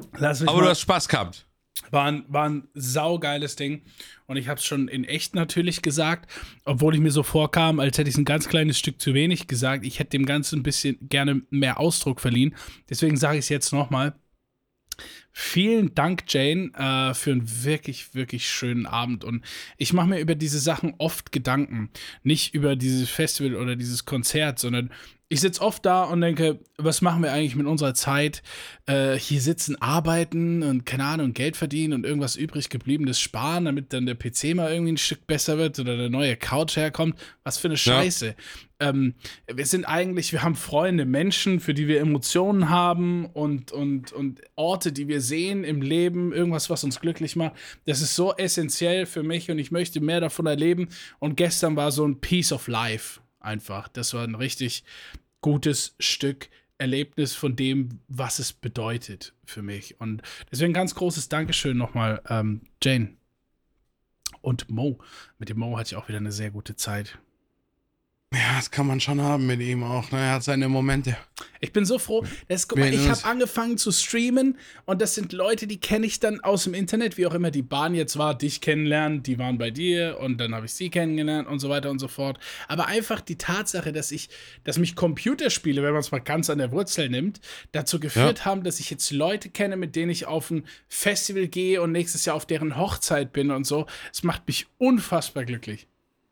Lass mich Aber mal, du hast Spaß gehabt. war, ein, war ein saugeiles Ding. Und ich habe es schon in echt natürlich gesagt, obwohl ich mir so vorkam, als hätte ich ein ganz kleines Stück zu wenig gesagt. Ich hätte dem Ganzen ein bisschen gerne mehr Ausdruck verliehen. Deswegen sage ich es jetzt nochmal. Vielen Dank, Jane, äh, für einen wirklich, wirklich schönen Abend. Und ich mache mir über diese Sachen oft Gedanken. Nicht über dieses Festival oder dieses Konzert, sondern ich sitze oft da und denke, was machen wir eigentlich mit unserer Zeit? Äh, hier sitzen, arbeiten und, keine Ahnung, Geld verdienen und irgendwas übrig gebliebenes sparen, damit dann der P C mal irgendwie ein Stück besser wird oder eine neue Couch herkommt. Was für eine Scheiße. Ja. Ähm, wir sind eigentlich, wir haben Freunde, Menschen, für die wir Emotionen haben und, und, und Orte, die wir sehen im Leben, irgendwas, was uns glücklich macht. Das ist so essentiell für mich und ich möchte mehr davon erleben. Und gestern war so ein Piece of Life einfach. Das war ein richtig gutes Stück Erlebnis von dem, was es bedeutet für mich. Und deswegen ganz großes Dankeschön nochmal, ähm, Jane. Und Mo. Mit dem Mo hatte ich auch wieder eine sehr gute Zeit. Ja, das kann man schon haben mit ihm auch. Ne? Er hat seine Momente. Ich bin so froh. Das, guck mal, ich habe angefangen zu streamen und das sind Leute, die kenne ich dann aus dem Internet, wie auch immer die Bahn jetzt war, dich kennenlernen, die waren bei dir und dann habe ich sie kennengelernt und so weiter und so fort. Aber einfach die Tatsache, dass ich, dass mich Computerspiele, wenn man es mal ganz an der Wurzel nimmt, dazu geführt ja. haben, dass ich jetzt Leute kenne, mit denen ich auf ein Festival gehe und nächstes Jahr auf deren Hochzeit bin und so. Es macht mich unfassbar glücklich.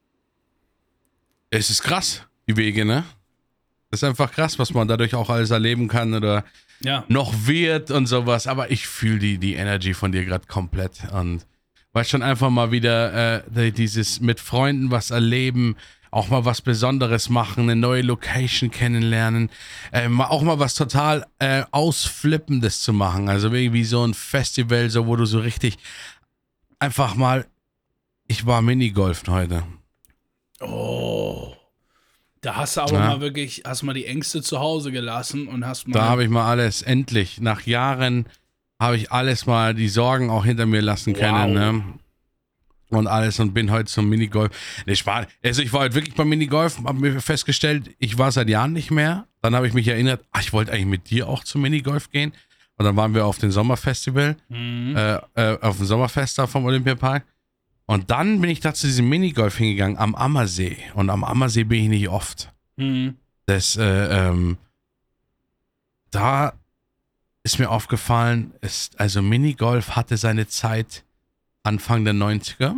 Es ist krass, die Wege, ne? Das ist einfach krass, was man dadurch auch alles erleben kann oder ja. noch wird und sowas. Aber ich fühle die, die Energy von dir gerade komplett. Und weil schon einfach mal wieder äh, dieses mit Freunden was erleben, auch mal was Besonderes machen, eine neue Location kennenlernen, äh, auch mal was total äh, Ausflippendes zu machen. Also irgendwie so ein Festival, so wo du so richtig einfach mal, ich war Minigolfen heute. Oh, da hast du aber ja. mal wirklich, hast mal die Ängste zu Hause gelassen und hast mal... Da habe ich mal alles, endlich, nach Jahren habe ich alles mal, die Sorgen auch hinter mir lassen wow. können, ne? Und alles und bin heute zum Minigolf. Ich war, also ich war heute wirklich beim Minigolf, habe mir festgestellt, ich war seit Jahren nicht mehr. Dann habe ich mich erinnert, ach, ich wollte eigentlich mit dir auch zum Minigolf gehen. Und dann waren wir auf dem Sommerfestival, mhm. äh, äh, auf dem Sommerfest da vom Olympiapark. Und dann bin ich da zu diesem Minigolf hingegangen am Ammersee. Und am Ammersee bin ich nicht oft. Mhm. Das, äh, ähm, da ist mir aufgefallen, ist, also Minigolf hatte seine Zeit Anfang der neunziger.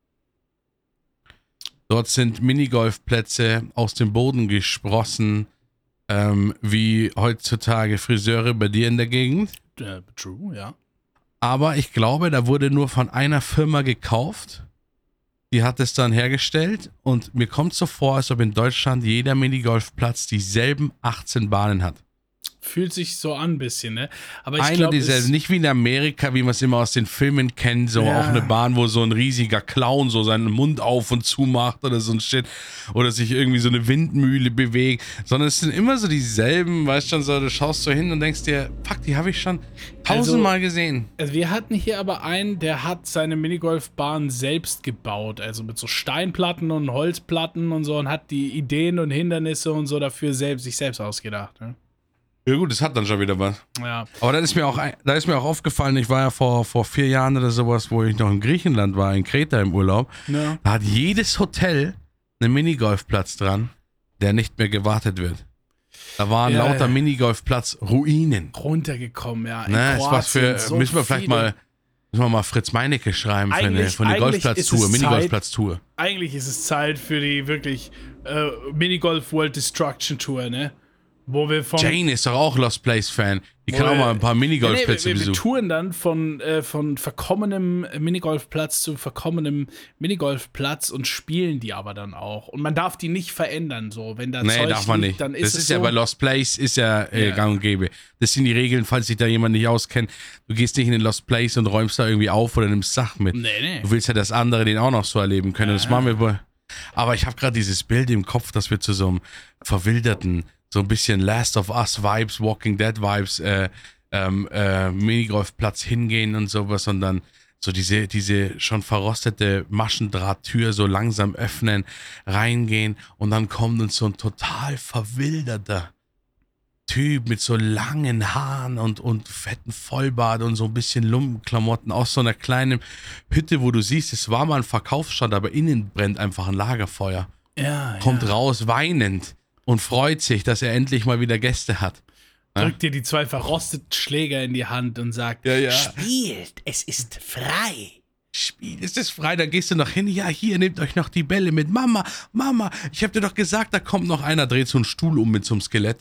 Dort sind Minigolfplätze aus dem Boden gesprossen, ähm, wie heutzutage Friseure bei dir in der Gegend. Uh, true, ja. Aber ich glaube, da wurde nur von einer Firma gekauft. Die hat es dann hergestellt und mir kommt so vor, als ob in Deutschland jeder Minigolfplatz dieselben achtzehn Bahnen hat. Fühlt sich so an ein bisschen, ne? Aber ich Eine glaube, dieselben, nicht wie in Amerika, wie man es immer aus den Filmen kennt, so ja. auch eine Bahn, wo so ein riesiger Clown so seinen Mund auf und zu macht oder so ein Shit oder sich irgendwie so eine Windmühle bewegt, sondern es sind immer so dieselben, weißt schon, so, du schaust so hin und denkst dir, fuck, die habe ich schon tausendmal also, gesehen. Also wir hatten hier aber einen, der hat seine Minigolfbahn selbst gebaut, also mit so Steinplatten und Holzplatten und so und hat die Ideen und Hindernisse und so dafür selbst, sich selbst ausgedacht, ne? Ja gut, das hat dann schon wieder was. Ja. Aber dann ist mir auch, da ist mir auch aufgefallen, ich war ja vor, vor vier Jahren oder sowas, wo ich noch in Griechenland war, in Kreta im Urlaub. Ja. Da hat jedes Hotel einen Minigolfplatz dran, der nicht mehr gewartet wird. Da waren ja, lauter ja. Minigolfplatz-Ruinen. Runtergekommen, ja. Ne, ist was für, so müssen wir vielleicht viele. mal, müssen wir mal Fritz Meinecke schreiben für eine, für eine Golfplatztour, Minigolfplatztour. Eigentlich ist es Zeit für die wirklich äh, Minigolf World Destruction Tour, ne? Wo wir von Jane ist doch auch Lost Place Fan. Die kann auch mal ein paar Minigolfplätze nee, wir, wir, besuchen. Wir touren dann von, äh, von verkommenem Minigolfplatz zu verkommenem Minigolfplatz und spielen die aber dann auch. Und man darf die nicht verändern, so. Wenn da nee, Zeug darf man liegt, nicht. Dann ist das es ist so. ja bei Lost Place, ist ja äh, ja. gang und gäbe. Das sind die Regeln, falls sich da jemand nicht auskennt. Du gehst nicht in den Lost Place und räumst da irgendwie auf oder nimmst Sachen mit. Nee, nee. Du willst ja, dass andere den auch noch so erleben können. Ja. Das machen wir bei. Aber ich habe gerade dieses Bild im Kopf, dass wir zu so einem verwilderten, so ein bisschen Last of Us Vibes, Walking Dead Vibes, äh, ähm, äh, Minigolfplatz hingehen und sowas und dann so diese, diese schon verrostete Maschendrahttür so langsam öffnen, reingehen und dann kommt uns so ein total verwilderter Typ mit so langen Haaren und, und fetten Vollbart und so ein bisschen Lumpenklamotten aus so einer kleinen Hütte, wo du siehst, es war mal ein Verkaufsstand, aber innen brennt einfach ein Lagerfeuer. Ja, Kommt ja. raus weinend und freut sich, dass er endlich mal wieder Gäste hat. Drückt dir die zwei verrosteten Schläger in die Hand und sagt, Ja, ja. spielt, es ist frei. Spiel, ist es frei, dann gehst du noch hin, ja, hier, nehmt euch noch die Bälle mit. Mama, Mama, ich hab dir doch gesagt, da kommt noch einer, dreht so einen Stuhl um mit so einem Skelett.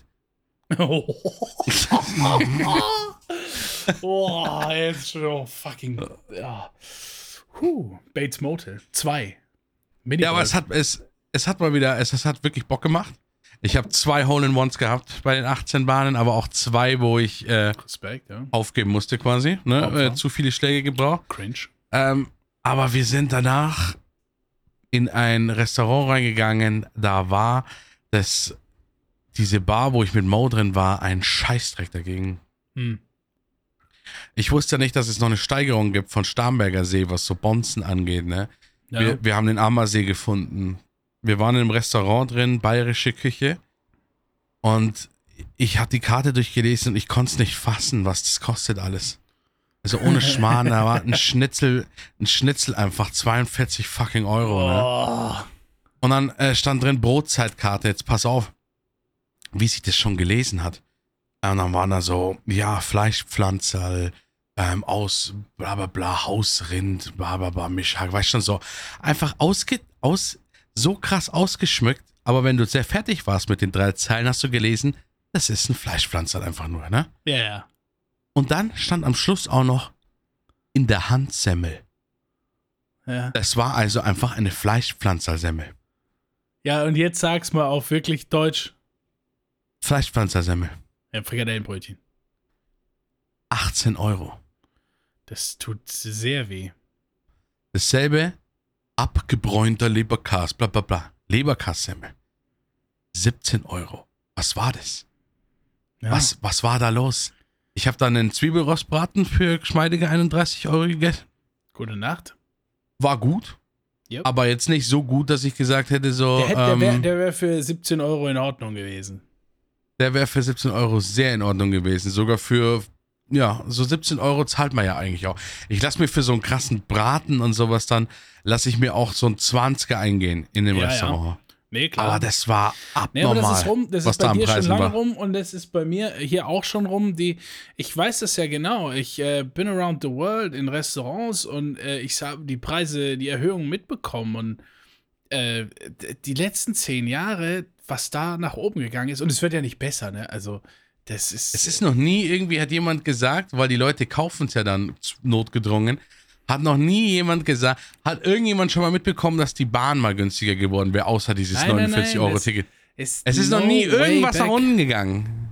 Oh, jetzt schon fucking. Ja. Huh, Bates Motel zwei. Ja, aber es hat, es, es hat mal wieder, es, es hat wirklich Bock gemacht. Ich habe zwei Hole-in-Ones gehabt bei den achtzehn Bahnen, aber auch zwei, wo ich äh, Respekt, ja. aufgeben musste quasi. Ne? Äh, zu viele Schläge gebraucht. Cringe. Ähm, aber wir sind danach in ein Restaurant reingegangen, da war das, diese Bar, wo ich mit Mo drin war, ein Scheißdreck dagegen. Hm. Ich wusste ja nicht, dass es noch eine Steigerung gibt von Starnberger See, was so Bonzen angeht, ne? Ja. Wir, wir haben den Ammersee gefunden. Wir waren in einem Restaurant drin, bayerische Küche. Und ich hatte die Karte durchgelesen und ich konnte es nicht fassen, was das kostet alles. Also ohne Schmarrn, da war ein Schnitzel, ein Schnitzel einfach zweiundvierzig fucking Euro, ne? Oh. Und dann äh, stand drin Brotzeitkarte, jetzt pass auf, wie sich das schon gelesen hat. Und dann waren da so, ja, Fleischpflanzerl, ähm, aus, bla bla bla, Hausrind, bla bla bla, Mischhack, weißt schon so. Einfach ausge, aus, so krass ausgeschmückt, aber wenn du sehr fertig warst mit den drei Zeilen, hast du gelesen, das ist ein Fleischpflanzerl einfach nur, ne? Ja, ja. Und dann stand am Schluss auch noch in der Hand Semmel. Ja. Das war also einfach eine Fleischpflanzersemmel. Ja, und jetzt sag's mal auf wirklich Deutsch. Fleischpflanzersemmel. Ja, Frikadellenbrötchen. achtzehn Euro. Das tut sehr weh. Dasselbe, abgebräunter Leberkas, bla bla bla. Leberkassemmel. siebzehn Euro. Was war das? Ja. Was, was war da los? Ich habe dann einen Zwiebelrostbraten für geschmeidige einunddreißig Euro gegessen. Gute Nacht. War gut. Yep. Aber jetzt nicht so gut, dass ich gesagt hätte, so. Der, hätte- der ähm, wäre der wär für siebzehn Euro in Ordnung gewesen. Der wäre für siebzehn Euro sehr in Ordnung gewesen. Sogar für, ja, so siebzehn Euro zahlt man ja eigentlich auch. Ich lasse mir für so einen krassen Braten und sowas dann, lasse ich mir auch so ein zwanziger eingehen in dem Ja, Restaurant. Nee, klar. Aber das war Nee, aber abnormal, das ist rum, das was ist bei da an dir schon Preisen lange war. rum und das ist bei mir hier auch schon rum. Die, ich weiß das ja genau. Ich äh, bin around the world in Restaurants und äh, ich habe die Preise, die Erhöhungen mitbekommen und äh, d- die letzten zehn Jahre, was da nach oben gegangen ist und es wird ja nicht besser, ne? Also das ist. Es ist noch nie, irgendwie hat jemand gesagt, weil die Leute kaufen es ja dann notgedrungen, hat noch nie jemand gesagt, hat irgendjemand schon mal mitbekommen, dass die Bahn mal günstiger geworden wäre, außer dieses Nein, nein, nein, neunundvierzig-Euro-Ticket. ist Es ist noch no nie way irgendwas nach back. unten gegangen.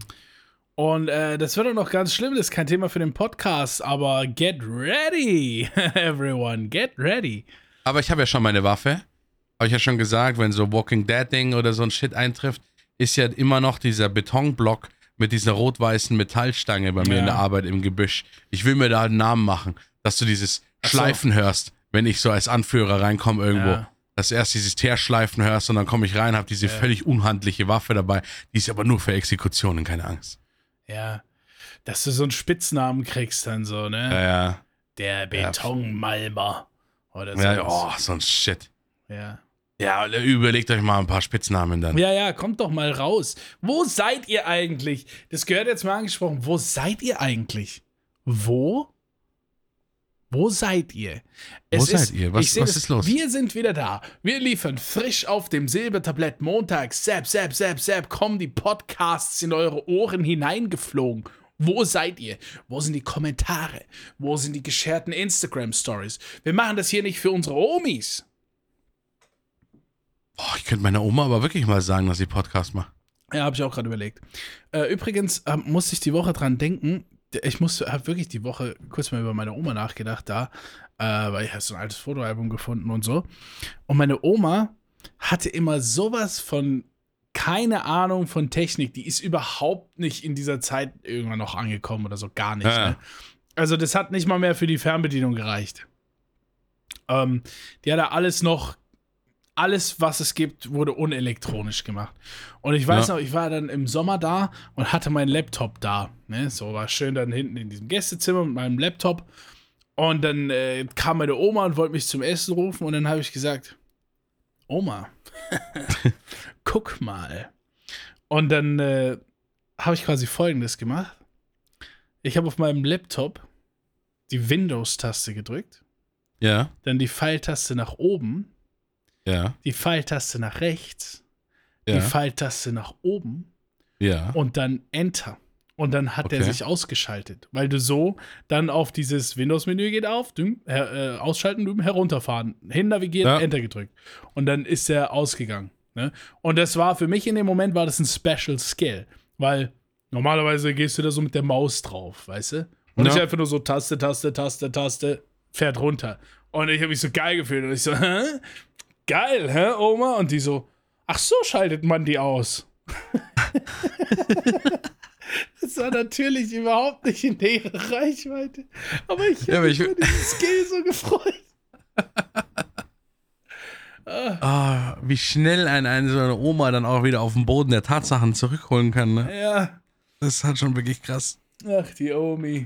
Und äh, das wird auch noch ganz schlimm, das ist kein Thema für den Podcast, aber get ready, everyone, get ready. Aber ich habe ja schon meine Waffe. Habe ich ja schon gesagt, wenn so Walking Dead-Ding oder so ein Shit eintrifft, ist ja immer noch dieser Betonblock mit dieser rot-weißen Metallstange bei mir Ja. in der Arbeit im Gebüsch. Ich will mir da einen Namen machen, dass du dieses Ach so. Schleifen hörst, wenn ich so als Anführer reinkomme irgendwo. Ja. Dass du erst dieses Teerschleifen hörst und dann komme ich rein, habe diese Ja. völlig unhandliche Waffe dabei. Die ist aber nur für Exekutionen, keine Angst. Ja, dass du so einen Spitznamen kriegst dann so, ne? Ja, ja. Der Betonmalmer. Oder so. ja oh, so ein Shit. ja. Ja, überlegt euch mal ein paar Spitznamen dann. Ja, ja, kommt doch mal raus. Wo seid ihr eigentlich? Das gehört jetzt mal angesprochen. Wo seid ihr eigentlich? Wo? Wo seid ihr? Wo seid ihr? Was- ich seh was das, ist los? Wir sind wieder da. Wir liefern frisch auf dem Silbertablett montags. Zap, zap, zap, zap. Kommen die Podcasts in eure Ohren hineingeflogen. Wo seid ihr? Wo sind die Kommentare? Wo sind die gescherten Instagram-Stories? Wir machen das hier nicht für unsere Omis. Boah, ich könnte meiner Oma aber wirklich mal sagen, dass sie Podcast macht. Ja, habe ich auch gerade überlegt. Äh, übrigens ähm, musste ich die Woche dran denken. Ich musste, habe wirklich die Woche kurz mal über meine Oma nachgedacht da, äh, weil ich habe so ein altes Fotoalbum gefunden und so. Und meine Oma hatte immer sowas von keine Ahnung von Technik. Die ist überhaupt nicht in dieser Zeit irgendwann noch angekommen oder so, gar nicht. Ja. Ne? Also das hat nicht mal mehr für die Fernbedienung gereicht. Ähm, die hat da alles noch alles, was es gibt, wurde unelektronisch gemacht. Und ich weiß Ja. noch, ich war dann im Sommer da und hatte meinen Laptop da. Ne? So war schön dann hinten in diesem Gästezimmer mit meinem Laptop. Und dann äh, kam meine Oma und wollte mich zum Essen rufen. Und dann habe ich gesagt, Oma, guck mal. Und dann äh, habe ich quasi Folgendes gemacht. Ich habe auf meinem Laptop die Windows-Taste gedrückt, Ja, dann die Pfeiltaste nach oben, ja, die Pfeiltaste nach rechts, die ja, Pfeiltaste nach oben ja. und dann Enter. Und dann hat der Okay. sich ausgeschaltet, weil du so dann auf dieses Windows-Menü geht auf, düm, her, äh, ausschalten, düm, herunterfahren, hin navigieren, Ja. Enter gedrückt. Und dann ist er ausgegangen. Ne? Und das war für mich in dem Moment war das ein Special Skill, weil normalerweise gehst du da so mit der Maus drauf, weißt du? Und Ja. ich einfach nur so Taste, Taste, Taste, Taste, fährt runter. Und ich habe mich so geil gefühlt. Und ich so, hä? Geil, hä, Oma? Und die so, ach so schaltet man die aus. Das war natürlich überhaupt nicht in ihrer Reichweite. Aber ich Ja, habe aber mich ich- über diesen Skill so gefreut. Ah, wie schnell ein, ein, so eine Oma dann auch wieder auf den Boden der Tatsachen zurückholen kann, ne? Ja, Das ist halt schon wirklich krass. ach, die Omi.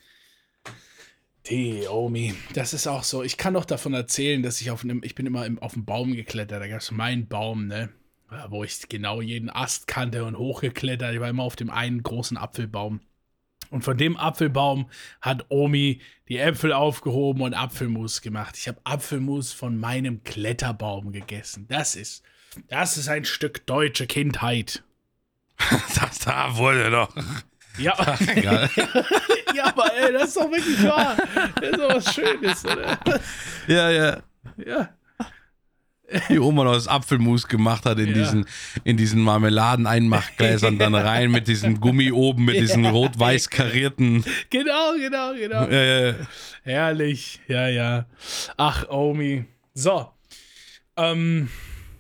Die Omi. Das ist auch so. Ich kann doch davon erzählen, dass ich auf einem, ich bin immer im, auf dem Baum geklettert. Da gab es meinen Baum, ne? Ja, wo ich genau jeden Ast kannte und hochgeklettert. Ich war immer auf dem einen großen Apfelbaum. Und von dem Apfelbaum hat Omi die Äpfel aufgehoben und Apfelmus gemacht. Ich habe Apfelmus von meinem Kletterbaum gegessen. Das ist, das ist ein Stück deutsche Kindheit. Das da wurde doch. Ja, Egal. ja, aber ey, das ist doch wirklich wahr. Das ist doch was Schönes, oder? Ja, ja. Ja. Die Oma noch das Apfelmus gemacht hat in Ja. diesen, in diesen Marmeladen-Einmachgläsern dann rein mit diesem Gummi oben, mit diesen Ja. rot-weiß karierten. Genau, genau, genau. Äh, Herrlich, ja, ja. Ach, Omi. So. Ähm.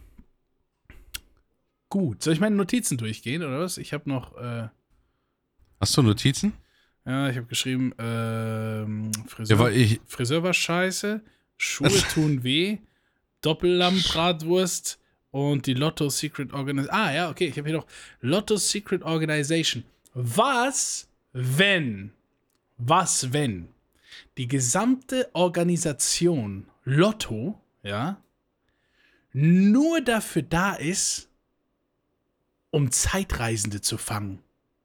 Gut. Soll ich meine Notizen durchgehen, oder was? Ich habe noch, äh, hast du Notizen? ja, ich habe geschrieben, ähm, Friseur, Ja, weil ich. Friseur war scheiße, Schuhe tun weh, Doppellamm-Bratwurst und die Lotto Secret Organization. Ah, ja, okay, ich habe hier noch Lotto Secret Organization. Was, wenn, was, wenn die gesamte Organisation Lotto, ja, nur dafür da ist, um Zeitreisende zu fangen?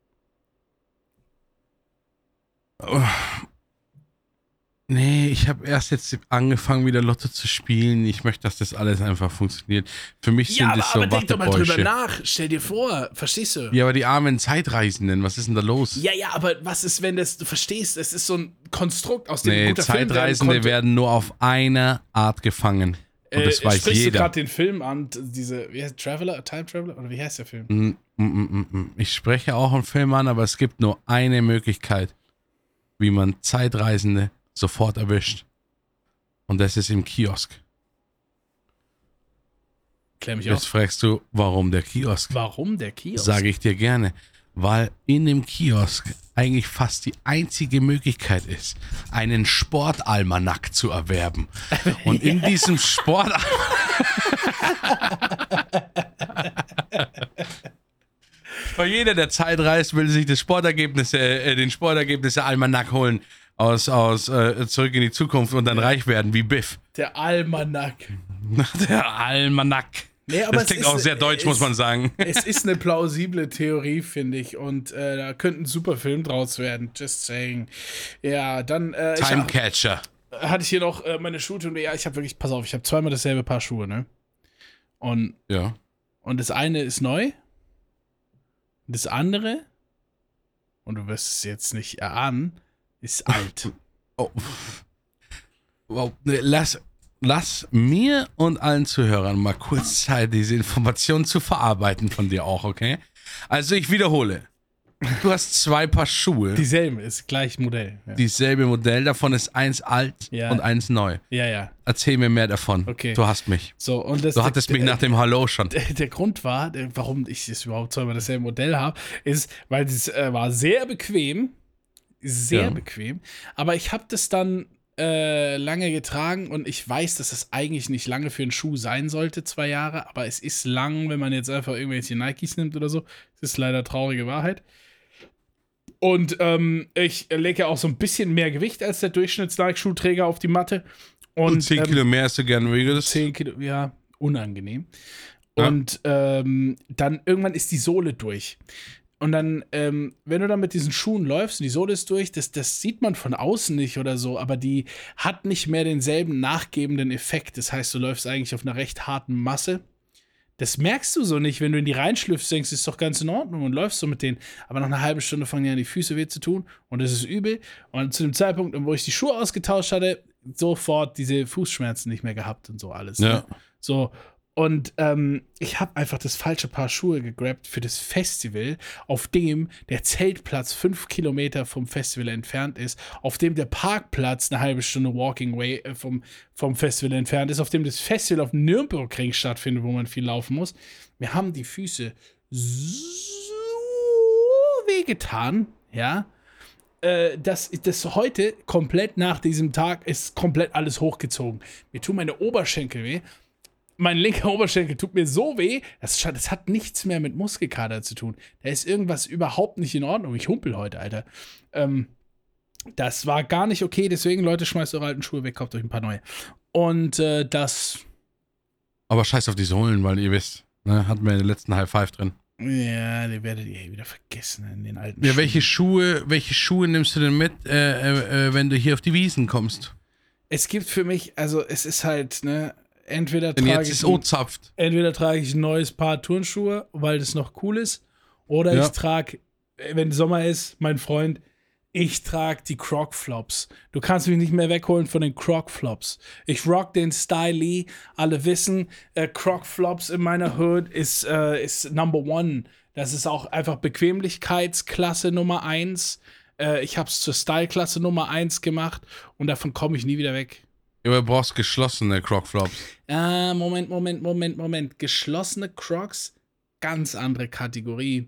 Nee, ich habe erst jetzt angefangen, wieder Lotto zu spielen. Ich möchte, dass das alles einfach funktioniert. Für mich sind Ja, aber, das so aber denk doch mal drüber Wattebäusche. nach. Stell dir vor, verstehst du? Ja, aber die armen Zeitreisenden, was ist denn da los? Ja, ja, aber was ist, wenn das, du verstehst, es ist so ein Konstrukt, aus dem ein Nee, guter Film werden Zeitreisende konnte. werden nur auf eine Art gefangen. Und Äh, das weiß sprichst du jeder. gerade den Film an, diese, wie heißt Traveler, Time Traveler, oder wie heißt der Film? Mm, mm, mm, mm. Ich spreche auch einen Film an, aber es gibt nur eine Möglichkeit, wie man Zeitreisende sofort erwischt. Und das ist im Kiosk. Klär mich Jetzt auf. fragst du, warum der Kiosk? Warum der Kiosk? Sage ich dir gerne. Weil in dem Kiosk eigentlich fast die einzige Möglichkeit ist, einen Sportalmanack zu erwerben. Und in diesem Sportalmanack... Weil jeder, der Zeit reist, will sich das Sportergebnisse, äh, den Sportergebnisse Almanack holen aus, aus äh, Zurück in die Zukunft und dann reich werden wie Biff. Der Almanack. Der Almanack. Nee, aber Das es klingt ist- auch sehr deutsch, es- muss man sagen. Es ist eine plausible Theorie, finde ich. Und äh, da könnte ein super Film draus werden. Just saying. Ja, dann äh, ich, Timecatcher. hatte ich hier noch äh, meine Schuhe. Und ja, ich habe wirklich, pass auf, ich habe zweimal dasselbe Paar Schuhe, ne? Und, Ja. und das eine ist neu. Das andere, und du wirst es jetzt nicht erahnen, ist alt. Oh. Wow. Nee, Lass, lass mir und allen Zuhörern mal kurz Zeit, diese Informationen zu verarbeiten von dir auch, okay? Also ich wiederhole. Du hast zwei Paar Schuhe. Dieselbe, ist gleich Modell. Ja, Dieselbe Modell, davon ist eins alt Ja. und eins neu. ja. ja. Erzähl mir mehr davon. Okay. Du hast mich. So, und das, Du hattest der, mich nach dem Hallo schon. der, der Grund war, der, warum ich es überhaupt zweimal dasselbe Modell habe, ist, weil es äh, war sehr bequem. Sehr Ja. bequem. Aber ich habe das dann äh, lange getragen und ich weiß, dass das eigentlich nicht lange für einen Schuh sein sollte, zwei Jahre, aber es ist lang, wenn man jetzt einfach irgendwelche Nikes nimmt oder so. Das ist leider traurige Wahrheit. Und ähm, ich lege ja auch so ein bisschen mehr Gewicht als der Durchschnitts-Nike-Schuhträger auf die Matte. Und, Und zehn ähm, Kilo mehr hast du gern würdest. zehn Kilo, ja, unangenehm. Ja. Und ähm, dann irgendwann ist die Sohle durch. Und dann, ähm, wenn du dann mit diesen Schuhen läufst und die Sohle ist durch, das, das sieht man von außen nicht oder so, aber die hat nicht mehr denselben nachgebenden Effekt. Das heißt, du läufst eigentlich auf einer recht harten Masse. Das merkst du so nicht, wenn du in die reinschlüpfst, denkst, ist doch ganz in Ordnung und läufst so mit denen. Aber nach einer halben Stunde fangen ja die Füße weh zu tun und das ist übel. Und zu dem Zeitpunkt, wo ich die Schuhe ausgetauscht hatte, sofort diese Fußschmerzen nicht mehr gehabt und so alles. Ja. Ne? So. Und ähm, ich habe einfach das falsche Paar Schuhe gegrabt für das Festival, auf dem der Zeltplatz fünf Kilometer vom Festival entfernt ist, auf dem der Parkplatz eine halbe Stunde Walking Way äh, vom, vom Festival entfernt ist, auf dem das Festival auf dem Nürnbergring stattfindet, wo man viel laufen muss. Mir haben die Füße so wehgetan, ja, äh, dass das heute komplett nach diesem Tag ist komplett alles hochgezogen. Mir tun meine Oberschenkel weh. Mein linker Oberschenkel tut mir so weh, das, das hat nichts mehr mit Muskelkater zu tun. Da ist irgendwas überhaupt nicht in Ordnung. Ich humpel heute, Alter. Ähm, das war gar nicht okay, deswegen, Leute, schmeißt eure alten Schuhe weg, kauft euch ein paar neue. Und äh, das... Aber scheiß auf die Sohlen, weil ihr wisst, ne, hatten wir in den letzten High Five drin. Ja, die werdet ihr wieder vergessen in den alten Ja, Schuhen. welche Schuhe, welche Schuhe nimmst du denn mit, äh, äh, wenn du hier auf die Wiesen kommst? Es gibt für mich, also es ist halt, ne... Entweder Denn trage, jetzt ich ist ein, O-Zapft. entweder trage ich ein neues Paar Turnschuhe, weil das noch cool ist, oder Ja. ich trage, wenn Sommer ist, mein Freund, ich trage die Croc-Flops. Du kannst mich nicht mehr wegholen von den Croc-Flops. Ich rock den Style. Alle wissen, äh, Croc-Flops in meiner Hood ist, äh, ist Number One. Das ist auch einfach Bequemlichkeitsklasse Nummer eins. Äh, ich habe es zur Style-Klasse Nummer eins gemacht und davon komme ich nie wieder weg. Ja, aber du brauchst geschlossene Croc-Flops. Ah, Moment, Moment, Moment, Moment. Geschlossene Crocs, ganz andere Kategorie.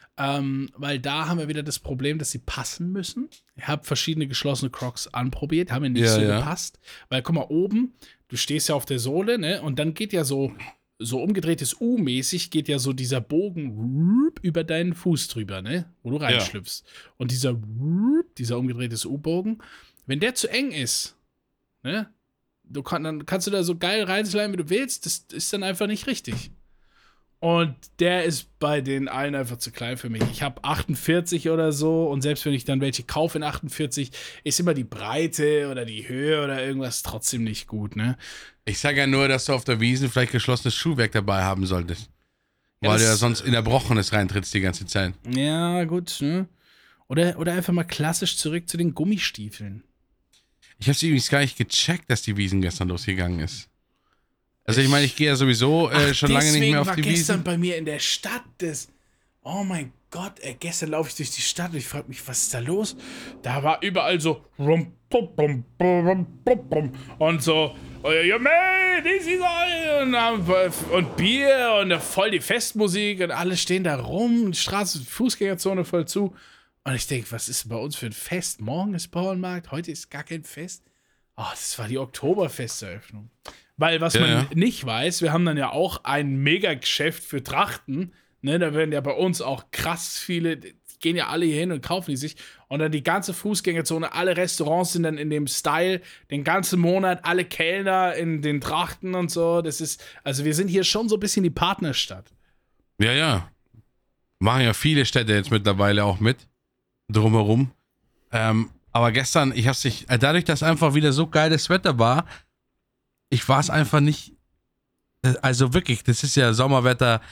Ähm, weil da haben wir wieder das Problem, dass sie passen müssen. Ich habe verschiedene geschlossene Crocs anprobiert, haben mir nicht Ja, so ja. gepasst. Weil, guck mal, oben, du stehst ja auf der Sohle, ne? Und dann geht ja so, so umgedrehtes U-mäßig, geht ja so dieser Bogen über deinen Fuß drüber, ne? Wo du reinschlüpfst. Und dieser, dieser umgedrehtes U-Bogen, wenn der zu eng ist, ne? Du kann, dann kannst du da so geil reinsliden, wie du willst. Das ist dann einfach nicht richtig. Und der ist bei den allen einfach zu klein für mich. Ich habe achtundvierzig oder so und selbst wenn ich dann welche kaufe in achtundvierzig, ist immer die Breite oder die Höhe oder irgendwas trotzdem nicht gut, ne? Ich sage ja nur, dass du auf der Wiesn vielleicht geschlossenes Schuhwerk dabei haben solltest. Ja, Weil du ja das- sonst in Erbrochenes reintrittst die ganze Zeit. Ja, gut, ne? Oder, oder einfach mal klassisch zurück zu den Gummistiefeln. Ich habe übrigens gar nicht gecheckt, dass die Wiesn gestern losgegangen ist. Also ich meine, ich gehe ja sowieso äh, Ach, schon lange nicht mehr auf war die gestern Wiesn. bei mir in der Stadt das. Oh mein Gott, ey, gestern laufe ich durch die Stadt und ich frage mich, was ist da los? Da war überall so rum, bum, bum, bum, bum, bum, und so, ja, man, this is all, und, und Bier und voll die Festmusik und alle stehen da rum, Straße, Fußgängerzone voll zu. Und ich denke, was ist bei uns für ein Fest? Morgen ist Bauernmarkt, heute ist gar kein Fest. Oh, das war die Oktoberfesteröffnung. Weil, was Ja, man ja. nicht weiß, wir haben dann ja auch ein Mega-Geschäft für Trachten. Ne, da werden ja bei uns auch krass viele, die gehen ja alle hier hin und kaufen die sich. Und dann die ganze Fußgängerzone, alle Restaurants sind dann in dem Style, den ganzen Monat, alle Kellner in den Trachten und so. Das ist, also wir sind hier schon so ein bisschen die Partnerstadt. Ja, ja. Machen ja viele Städte jetzt mittlerweile auch mit. Drumherum. Ähm, aber gestern, ich hab's nicht, äh, dadurch, dass einfach wieder so geiles Wetter war, ich war es einfach nicht, äh, also wirklich, das ist ja Sommerwetter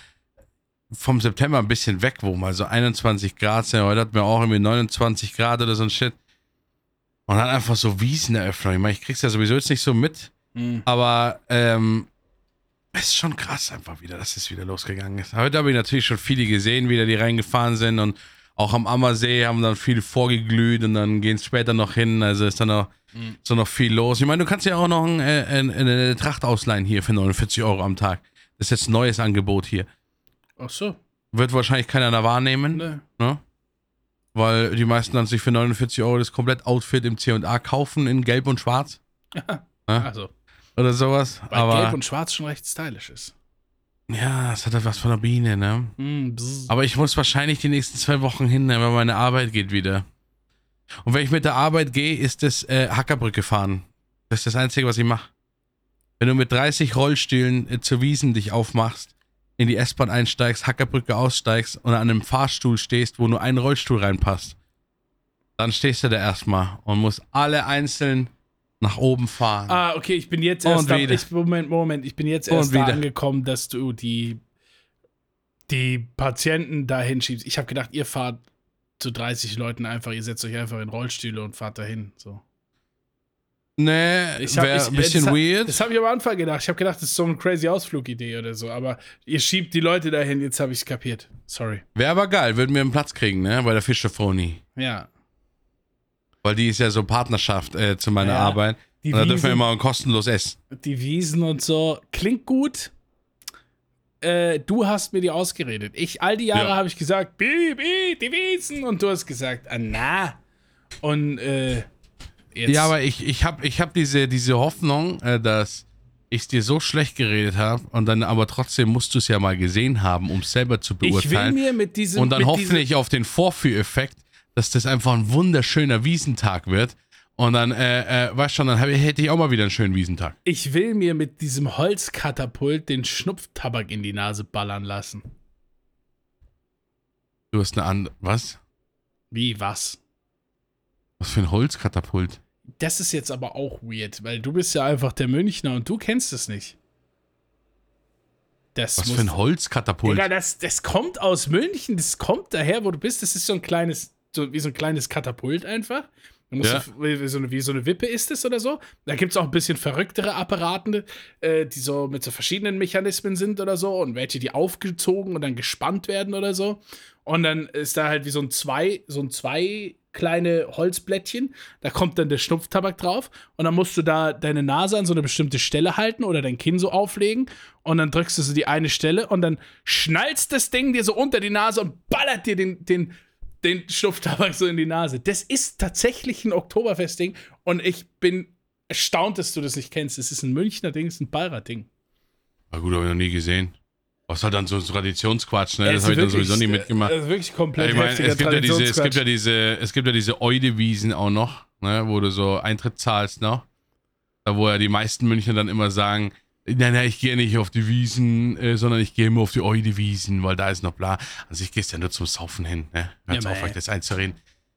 vom September ein bisschen weg, wo mal so einundzwanzig Grad sind. Heute hatten wir auch irgendwie neunundzwanzig Grad oder so ein Shit. Und dann einfach so Wieseneröffnung. Ich meine, ich krieg's ja sowieso jetzt nicht so mit, Mhm. aber ähm, es ist schon krass einfach wieder, dass es wieder losgegangen ist. Heute habe ich natürlich schon viele gesehen, wieder die reingefahren sind und auch am Ammersee haben dann viel vorgeglüht und dann gehen es später noch hin. Also ist dann noch, Mhm. so noch viel los. Ich meine, du kannst ja auch noch ein, äh, ein, eine Tracht ausleihen hier für neunundvierzig Euro am Tag. Das ist jetzt ein neues Angebot hier. Ach so. Wird wahrscheinlich keiner da wahrnehmen, Ne. ne? weil die meisten dann sich für neunundvierzig Euro das Komplett-Outfit im C und A kaufen in Gelb und Schwarz. Ja? Also. Oder sowas. Weil aber, Gelb und Schwarz schon recht stylisch ist. Ja, es hat halt was von der Biene, ne? Mm, aber ich muss wahrscheinlich die nächsten zwei Wochen hin, ne, weil meine Arbeit geht wieder. Und wenn ich mit der Arbeit gehe, ist das äh, Hackerbrücke fahren. Das ist das Einzige, was ich mache. Wenn du mit dreißig Rollstühlen äh, zur Wiesn dich aufmachst, in die S-Bahn einsteigst, Hackerbrücke aussteigst und an einem Fahrstuhl stehst, wo nur ein Rollstuhl reinpasst, dann stehst du da erstmal und musst alle einzeln nach oben fahren. Ah, okay, ich bin jetzt erst Und da, wieder. ich, Moment, Moment, ich bin jetzt Und erst da wieder. angekommen, dass du die, die Patienten dahin schiebst. Ich habe gedacht, ihr fahrt zu dreißig Leuten einfach, ihr setzt euch einfach in Rollstühle und fahrt dahin. So. Nee, Ich hab- wäre ich- ein bisschen das, weird. Das habe ich am Anfang gedacht. Ich habe gedacht, das ist so eine crazy Ausflugidee oder so. Aber ihr schiebt die Leute dahin, jetzt habe ich es kapiert. Sorry. Wäre aber geil, würden wir einen Platz kriegen, ne? Bei der Fischefoni. Ja. Weil die ist ja so Partnerschaft äh, zu meiner Ja, Arbeit. Die Und da dürfen wir Wiesen, immer kostenlos essen. die Wiesen und so. Klingt gut. Äh, du hast mir die ausgeredet. Ich, all die Jahre Ja. habe ich gesagt, Bibi, die Wiesen. Und du hast gesagt, ah, na. Und, äh, jetzt. Ja, aber ich, ich habe ich hab diese, diese Hoffnung, äh, dass ich es dir so schlecht geredet habe und dann aber trotzdem musst du es ja mal gesehen haben, um es selber zu ich will beurteilen. mir mit diesem. Und dann mit hoffe diesem, ich auf den Vorführeffekt, dass das einfach ein wunderschöner Wiesentag wird. Und dann, äh, äh, weißt schon, dann hab, hätte ich auch mal wieder einen schönen Wiesentag. Ich will mir mit diesem Holzkatapult den Schnupftabak in die Nase ballern lassen. Du hast eine andere. Was? Wie, was? Was für ein Holzkatapult? Das ist jetzt aber auch weird, weil du bist ja einfach der Münchner und du kennst es nicht. Das Was muss, für ein Holzkatapult? Digga, das, das kommt aus München, das kommt daher, wo du bist. Das ist so ein kleines, so wie so ein kleines Katapult einfach. Du musst Ja. so, wie, so eine, wie so eine Wippe ist es oder so. Da gibt es auch ein bisschen verrücktere Apparaten, äh, die so mit so verschiedenen Mechanismen sind oder so und welche, die aufgezogen und dann gespannt werden oder so. Und dann ist da halt wie so ein zwei, so ein zwei kleine Holzblättchen. Da kommt dann der Schnupftabak drauf und dann musst du da deine Nase an so eine bestimmte Stelle halten oder dein Kinn so auflegen und dann drückst du so die eine Stelle und dann schnallst das Ding dir so unter die Nase und ballert dir den, den, den Schnupftabak so in die Nase. Das ist tatsächlich ein Oktoberfest-Ding und ich bin erstaunt, dass du das nicht kennst. Es ist ein Münchner Ding, es ist ein Bayer Ding. Na gut, habe ich noch nie gesehen. Was halt dann so Traditionsquatsch, ne? Ja, das es habe ich dann ist wirklich- sowieso nie mitgemacht. Das ist wirklich komplett Ich meine, heftiger es gibt ja diese, es gibt ja Traditionsquatsch. diese, es gibt ja diese Eudewiesen auch noch, ne, wo du so Eintritt zahlst noch. Da wo ja die meisten Münchner dann immer sagen, nein, nein, ich gehe nicht auf die Wiesen, äh, sondern ich gehe immer auf die Eudewiesen, weil da ist noch bla. Also ich gehst ja nur zum Saufen hin, ne? Hört's Ja, auf, mei. euch das einzureden.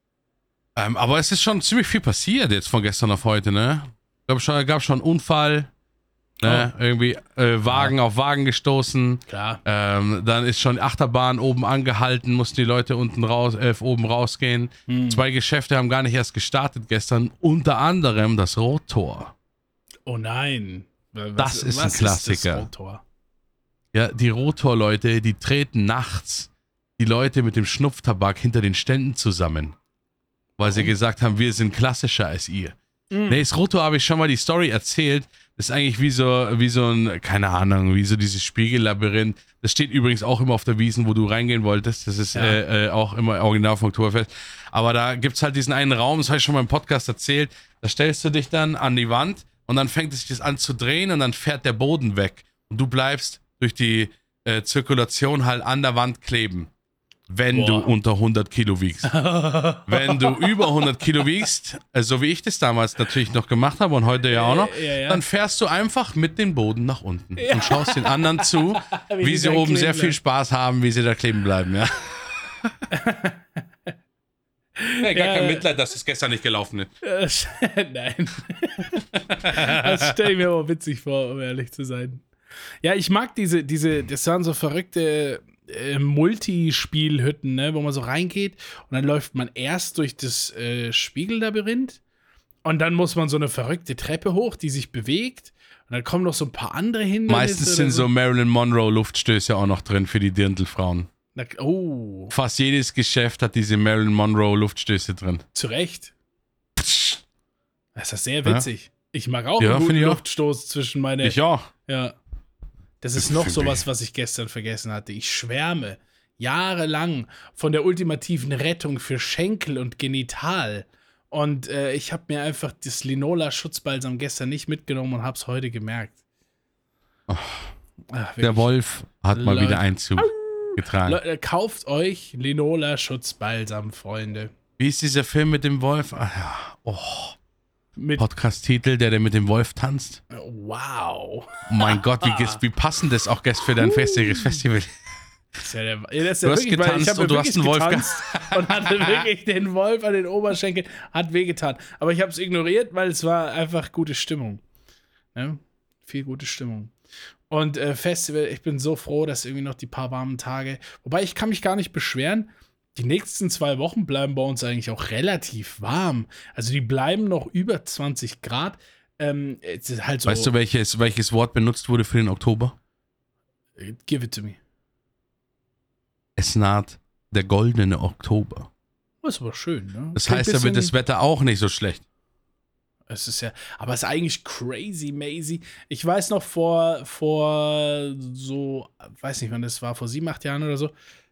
Ähm, aber es ist schon ziemlich viel passiert jetzt von gestern auf heute, ne? Ich glaube schon, gab schon einen Unfall, ne? Oh. Irgendwie äh, Wagen auf Wagen gestoßen. Klar. Ähm, dann ist schon Achterbahn oben angehalten, mussten die Leute unten raus, äh, oben rausgehen. Hm. Zwei Geschäfte haben gar nicht erst gestartet gestern, unter anderem das Rottor. Oh nein. Was, Das ist ein was Klassiker. das Rotor? Ja, die Rottor-Leute, die treten nachts die Leute mit dem Schnupftabak hinter den Ständen zusammen, weil sie gesagt haben, wir sind klassischer als ihr. Mhm. Nee, das Rottor habe ich schon mal die Story erzählt. Das ist eigentlich wie so, wie so ein, keine Ahnung, wie so dieses Spiegellabyrinth. Das steht übrigens auch immer auf der Wiesn, wo du reingehen wolltest. Das ist Ja. äh, äh, auch immer original vom Oktoberfest. Aber da gibt es halt diesen einen Raum, das habe ich schon mal im Podcast erzählt. Da stellst du dich dann an die Wand und dann fängt es sich das an zu drehen und dann fährt der Boden weg. Und du bleibst durch die äh, Zirkulation halt an der Wand kleben. Wenn Boah. du unter hundert Kilo wiegst. Wenn du über hundert Kilo wiegst, äh, so wie ich das damals natürlich noch gemacht habe und heute ja auch noch, Ja, ja. dann fährst du einfach mit dem Boden nach unten und schaust den anderen zu, Wie wie, die sie da oben kleben sehr viel bleiben. Spaß haben, wie sie da kleben bleiben, ja. Nee, gar Ja, kein ja. Mitleid, dass es gestern nicht gelaufen ist. Äh, Nein. Das stelle ich mir aber witzig vor, um ehrlich zu sein. Ja, ich mag diese, diese, das waren so verrückte äh, Multispielhütten, ne, wo man so reingeht und dann läuft man erst durch das äh, Spiegellabyrinth und dann muss man so eine verrückte Treppe hoch, die sich bewegt und dann kommen noch so ein paar andere Hindernisse. Meistens oder sind so Marilyn Monroe Luftstöße auch noch drin für die Dirndlfrauen. Na, oh, Fast jedes Geschäft hat diese Marilyn Monroe Luftstöße drin. zu Recht. Das ist sehr witzig. Ich mag auch Ja, einen guten finde ich auch. Luftstoß zwischen meine. Ich auch. Ja. Das ist Das noch find sowas, ich- was ich gestern vergessen hatte. Ich schwärme Jahrelang von der ultimativen Rettung für Schenkel und Genital. Und äh, ich habe mir einfach das Linola-Schutzbalsam gestern nicht mitgenommen und habe es heute gemerkt. Oh, Ach, der Wolf hat mal Leute. wieder Einzug getragen. Leute, kauft euch Linola-Schutzbalsam, Freunde. Wie ist dieser Film mit dem Wolf? Ah, ja. Oh. Mit Podcast-Titel, der, der mit dem Wolf tanzt. Wow. Oh mein Gott, wie, wie passend das auch gestern für dein festiges Festival. Das ist ja der, das ist Du ja hast wirklich, weil getanzt ich hab und du wirklich hast einen Wolf getanzt und hatte wirklich den Wolf an den Oberschenkeln, hat wehgetan. Aber ich habe es ignoriert, weil es war einfach gute Stimmung. Ne? Viel gute Stimmung. Und äh, Festival, ich bin so froh, dass irgendwie noch die paar warmen Tage, wobei ich kann mich gar nicht beschweren, die nächsten zwei Wochen bleiben bei uns eigentlich auch relativ warm. Also die bleiben noch über zwanzig Grad. Ähm, es ist halt so, Weißt du, welches, welches Wort benutzt wurde für den Oktober? give it to me. Es naht der goldene Oktober. Das ist aber schön, ne? Das Klingt heißt, da wird bisschen- das Wetter auch nicht so schlecht. Es ist ja, aber es ist eigentlich crazy, mazy. Ich weiß noch vor, vor so, weiß nicht wann das war, vor sieben, acht Jahren oder so,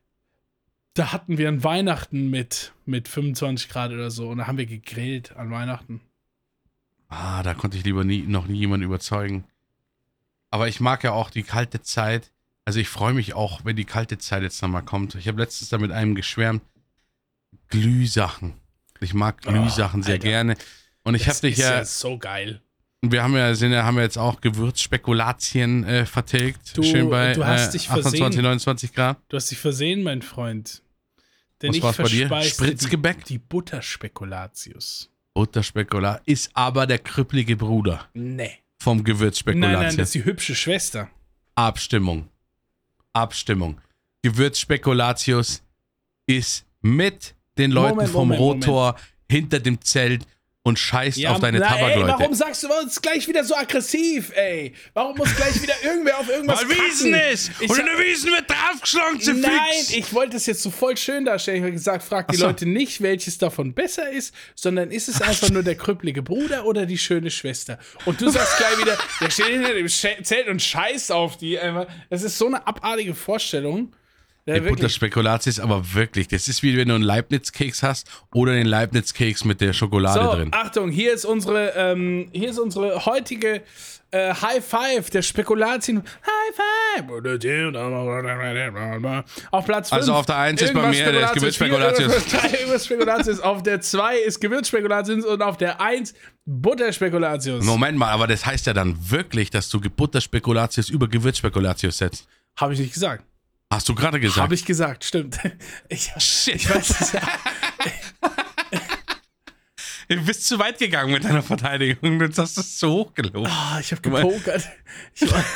da hatten wir ein Weihnachten mit, mit fünfundzwanzig Grad oder so und da haben wir gegrillt an Weihnachten. Ah, da konnte ich lieber nie, noch nie jemanden überzeugen. Aber ich mag ja auch die kalte Zeit. Also ich freue mich auch, wenn die kalte Zeit jetzt nochmal kommt. Ich habe letztens da mit einem geschwärmt. Glühsachen. Ich mag Glühsachen Oh, sehr Alter. gerne. Und ich habe Das dich ist ja, ja so geil. wir haben ja, sind ja, haben ja jetzt auch Gewürzspekulatien äh, vertilgt. Du- Schön bei du hast äh, dich achtundzwanzig, versehen. neunundzwanzig Grad. Du hast dich versehen, mein Freund. Denn Was ich war's bei dir? verspeiste Spritzgebäck? Die, die Butterspekulatius. Butterspekulat ist aber der krüppelige Bruder Nee. vom Nein, Gewürzspekulatien. nein, das ist die hübsche Schwester. Abstimmung. Abstimmung. Gewürzspekulatius ist mit den Leuten Moment, vom Moment, Rotor hinter dem Zelt und scheißt auf deine na, ey, Tabakleute. warum sagst du uns gleich wieder so aggressiv, ey? Warum muss gleich wieder irgendwer auf irgendwas Weil Wiesen kacken? ist! Ich Und in hab- der Wiesen wird draufgeschlagen, zu Nein, fix! ich wollte das jetzt so voll schön darstellen. Ich habe gesagt, frag die Ach so. Leute nicht, welches davon besser ist, sondern ist es einfach nur der krüppelige Bruder oder die schöne Schwester? Und du sagst gleich wieder, der steht hinter dem Sch- Zelt und scheißt auf die. Einfach. Das ist so eine abartige Vorstellung. Ja, Der wirklich. Butterspekulatius ist aber wirklich, das ist wie wenn du einen Leibniz-Keks hast oder den Leibniz-Keks mit der Schokolade So, drin. Achtung, hier ist unsere, ähm, hier ist unsere heutige äh, High Five der Spekulation. High Five! Auf Platz fünf. Also auf der eins ist bei mir der Gewürzspekulatius. Gewürzspekulatius. Auf der zwei ist Gewürzspekulatius und auf der eins Butterspekulatius. Moment mal, aber das heißt ja dann wirklich, dass du Butterspekulatius über Gewürzspekulatius setzt. Habe ich nicht gesagt. Hast du gerade gesagt? Habe ich gesagt, stimmt. Ich, Shit. ich weiß es ja. Du bist zu weit gegangen mit deiner Verteidigung. Jetzt hast du es zu hoch gelobt. Ah, ich habe gepokert. Ich war,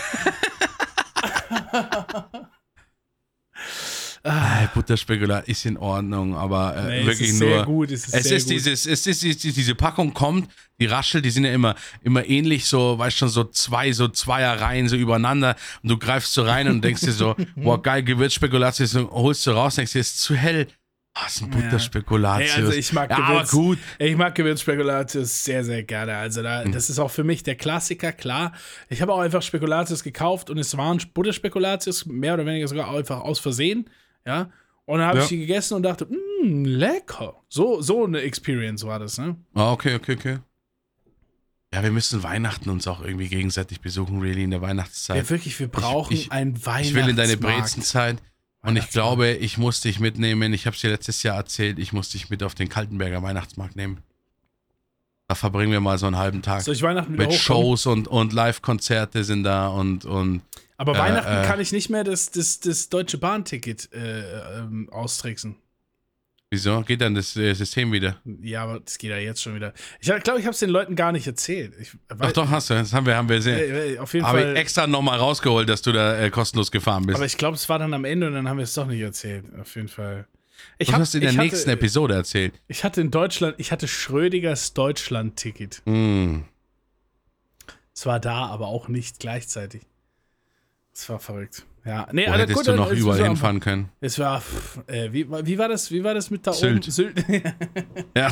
Ah, Butterspekulat ist in Ordnung, aber äh, Nee, es wirklich ist nur. sehr gut, es ist sehr ist gut. dieses, es ist dieses, diese Packung kommt, die raschelt, die sind ja immer, immer ähnlich, so, weißt schon, so zwei, so Zweierreihen so übereinander und du greifst so rein und denkst dir so, boah, geil, Gewürzspekulatius, und holst du raus, denkst dir, ist zu hell. Ah, ist ein Ja. Butterspekulatius. Hey, also ich mag ja, Gewürz, aber gut. Ich mag Gewürzspekulatius sehr, sehr gerne. Also da, das ist auch für mich der Klassiker, klar. Ich habe auch einfach Spekulatius gekauft und es waren Butterspekulatius, mehr oder weniger sogar einfach aus Versehen, ja. Und dann habe Ja. ich die gegessen und dachte, mmm, lecker. So, so eine Experience war das, ne? Ah, okay, okay, okay. Ja, wir müssen Weihnachten uns auch irgendwie gegenseitig besuchen, really, in der Weihnachtszeit. Ja, wirklich, wir brauchen ich- ein Weihnachtsmarkt. Ich will in deine Brezenzeit. Und ich Weihnachtsmarkt. glaube, ich muss dich mitnehmen. Ich habe es dir letztes Jahr erzählt. Ich muss dich mit auf den Kaltenberger Weihnachtsmarkt nehmen. Da verbringen wir mal so einen halben Tag. Soll ich Weihnachten wieder Mit hochkommen? Shows und, und Live-Konzerte sind da und, und Aber Äh, Weihnachten äh. kann ich nicht mehr das, das, das deutsche Bahnticket äh, ähm, austricksen. wieso? Geht dann das äh, System wieder? Ja, aber das geht ja jetzt schon wieder. Ich glaube, ich habe es den Leuten gar nicht erzählt. Ich, Ach doch, hast du. Das haben wir, haben wir sehr. Äh, äh, auf jeden Habe Fall. ich extra nochmal rausgeholt, dass du da äh, kostenlos gefahren bist. Aber ich glaube, es war dann am Ende und dann haben wir es doch nicht erzählt. Auf jeden Fall. Ich Du hab- hast in der ich nächsten hatte, Episode erzählt. Ich hatte in Deutschland, ich hatte Schrödingers Deutschland-Ticket. Hm. Es war da, aber auch nicht gleichzeitig. Es war verrückt. Ja, nee, Wo also hättest gut, du dann- noch es überall war- hinfahren können? Es war, pff, äh, wie, wie war das, wie war das mit da Sylt. oben? Sylt. Ja.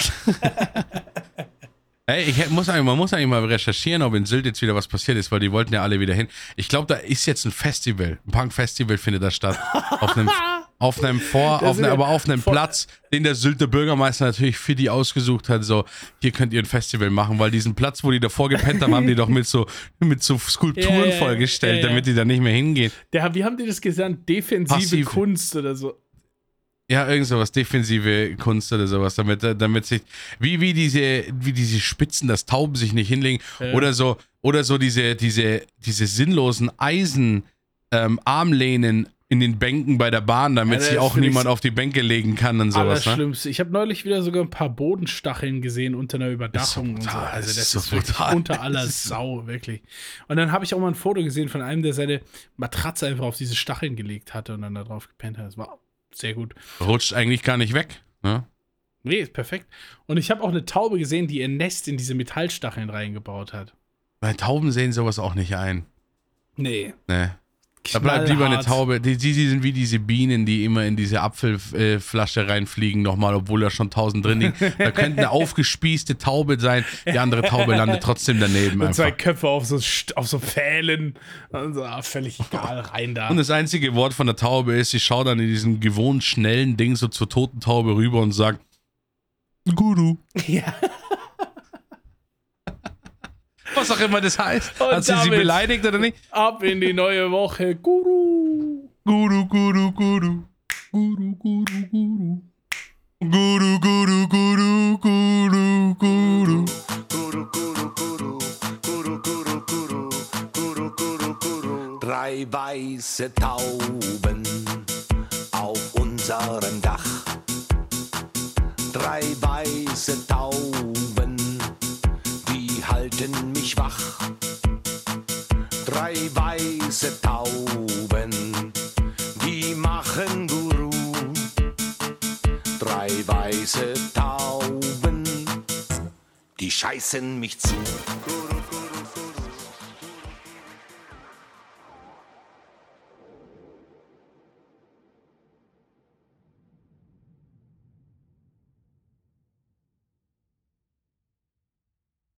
Ey, ich hätt- muss eigentlich, man muss eigentlich mal recherchieren, ob in Sylt jetzt wieder was passiert ist, weil die wollten ja alle wieder hin. Ich glaube, da ist jetzt ein Festival, ein Punk-Festival findet da statt. Auf einem, Auf einem Vor, auf eine, aber auf einem Platz, den der Sylter Bürgermeister natürlich für die ausgesucht hat, so, hier könnt ihr ein Festival machen, weil diesen Platz, wo die davor gepennt haben, haben die doch mit so, mit so Skulpturen ja, ja, vollgestellt, ja, ja. damit die da nicht mehr hingehen. Der, wie haben die das genannt? Defensive Passiv. Kunst oder so. Ja, irgend sowas, defensive Kunst oder sowas, damit, damit sich, wie, wie diese, wie diese Spitzen, dass Tauben sich nicht hinlegen, Ja. oder so, oder so diese, diese, diese sinnlosen Eisen, ähm, Armlehnen in den Bänken bei der Bahn, damit Ja, das sich auch find ich niemand so auf die Bänke legen kann und sowas, ne? Allerschlimmste. Ich habe neulich wieder sogar ein paar Bodenstacheln gesehen unter einer Überdachung und so. brutal, Also das das ist ist, so wirklich brutal. unter aller Das ist so- Sau, wirklich. Und dann habe ich auch mal ein Foto gesehen von einem, der seine Matratze einfach auf diese Stacheln gelegt hatte und dann da drauf gepennt hat. Das war sehr gut. Rutscht eigentlich gar nicht weg, ne? Nee, ist perfekt. Und ich habe auch eine Taube gesehen, die ihr Nest in diese Metallstacheln reingebaut hat. Weil Tauben sehen sowas auch nicht ein. Nee. Ne. Da bleibt lieber eine Knallhart. Taube. Die, die, die sind wie diese Bienen, die immer in diese Apfelflasche reinfliegen nochmal, obwohl da schon tausend drin liegen. Da könnte eine aufgespießte Taube sein, die andere Taube landet trotzdem daneben Und zwei einfach. Köpfe auf so, St- auf so Pfählen. Also, ah, völlig egal, rein da. Und das einzige Wort von der Taube ist, sie schaut dann in diesem gewohnt schnellen Ding so zur toten Taube rüber und sagt, Guru. Ja. Was auch immer das heißt. Und Hat sie sie damit- beleidigt oder nicht? Ab in die neue Woche. Guru. Guru, Guru, Guru. Guru, Guru, Guru. Guru, Guru, Guru, Guru, Guru. Guru, Guru, Guru, Guru, Guru, Guru, Guru, Guru, Guru. Drei weiße Tauben auf unserem Dach. Drei weiße Tauben, die halten mich wach. Drei weiße Tauben, die machen Guru. Drei weiße Tauben, die scheißen mich zu. Guru,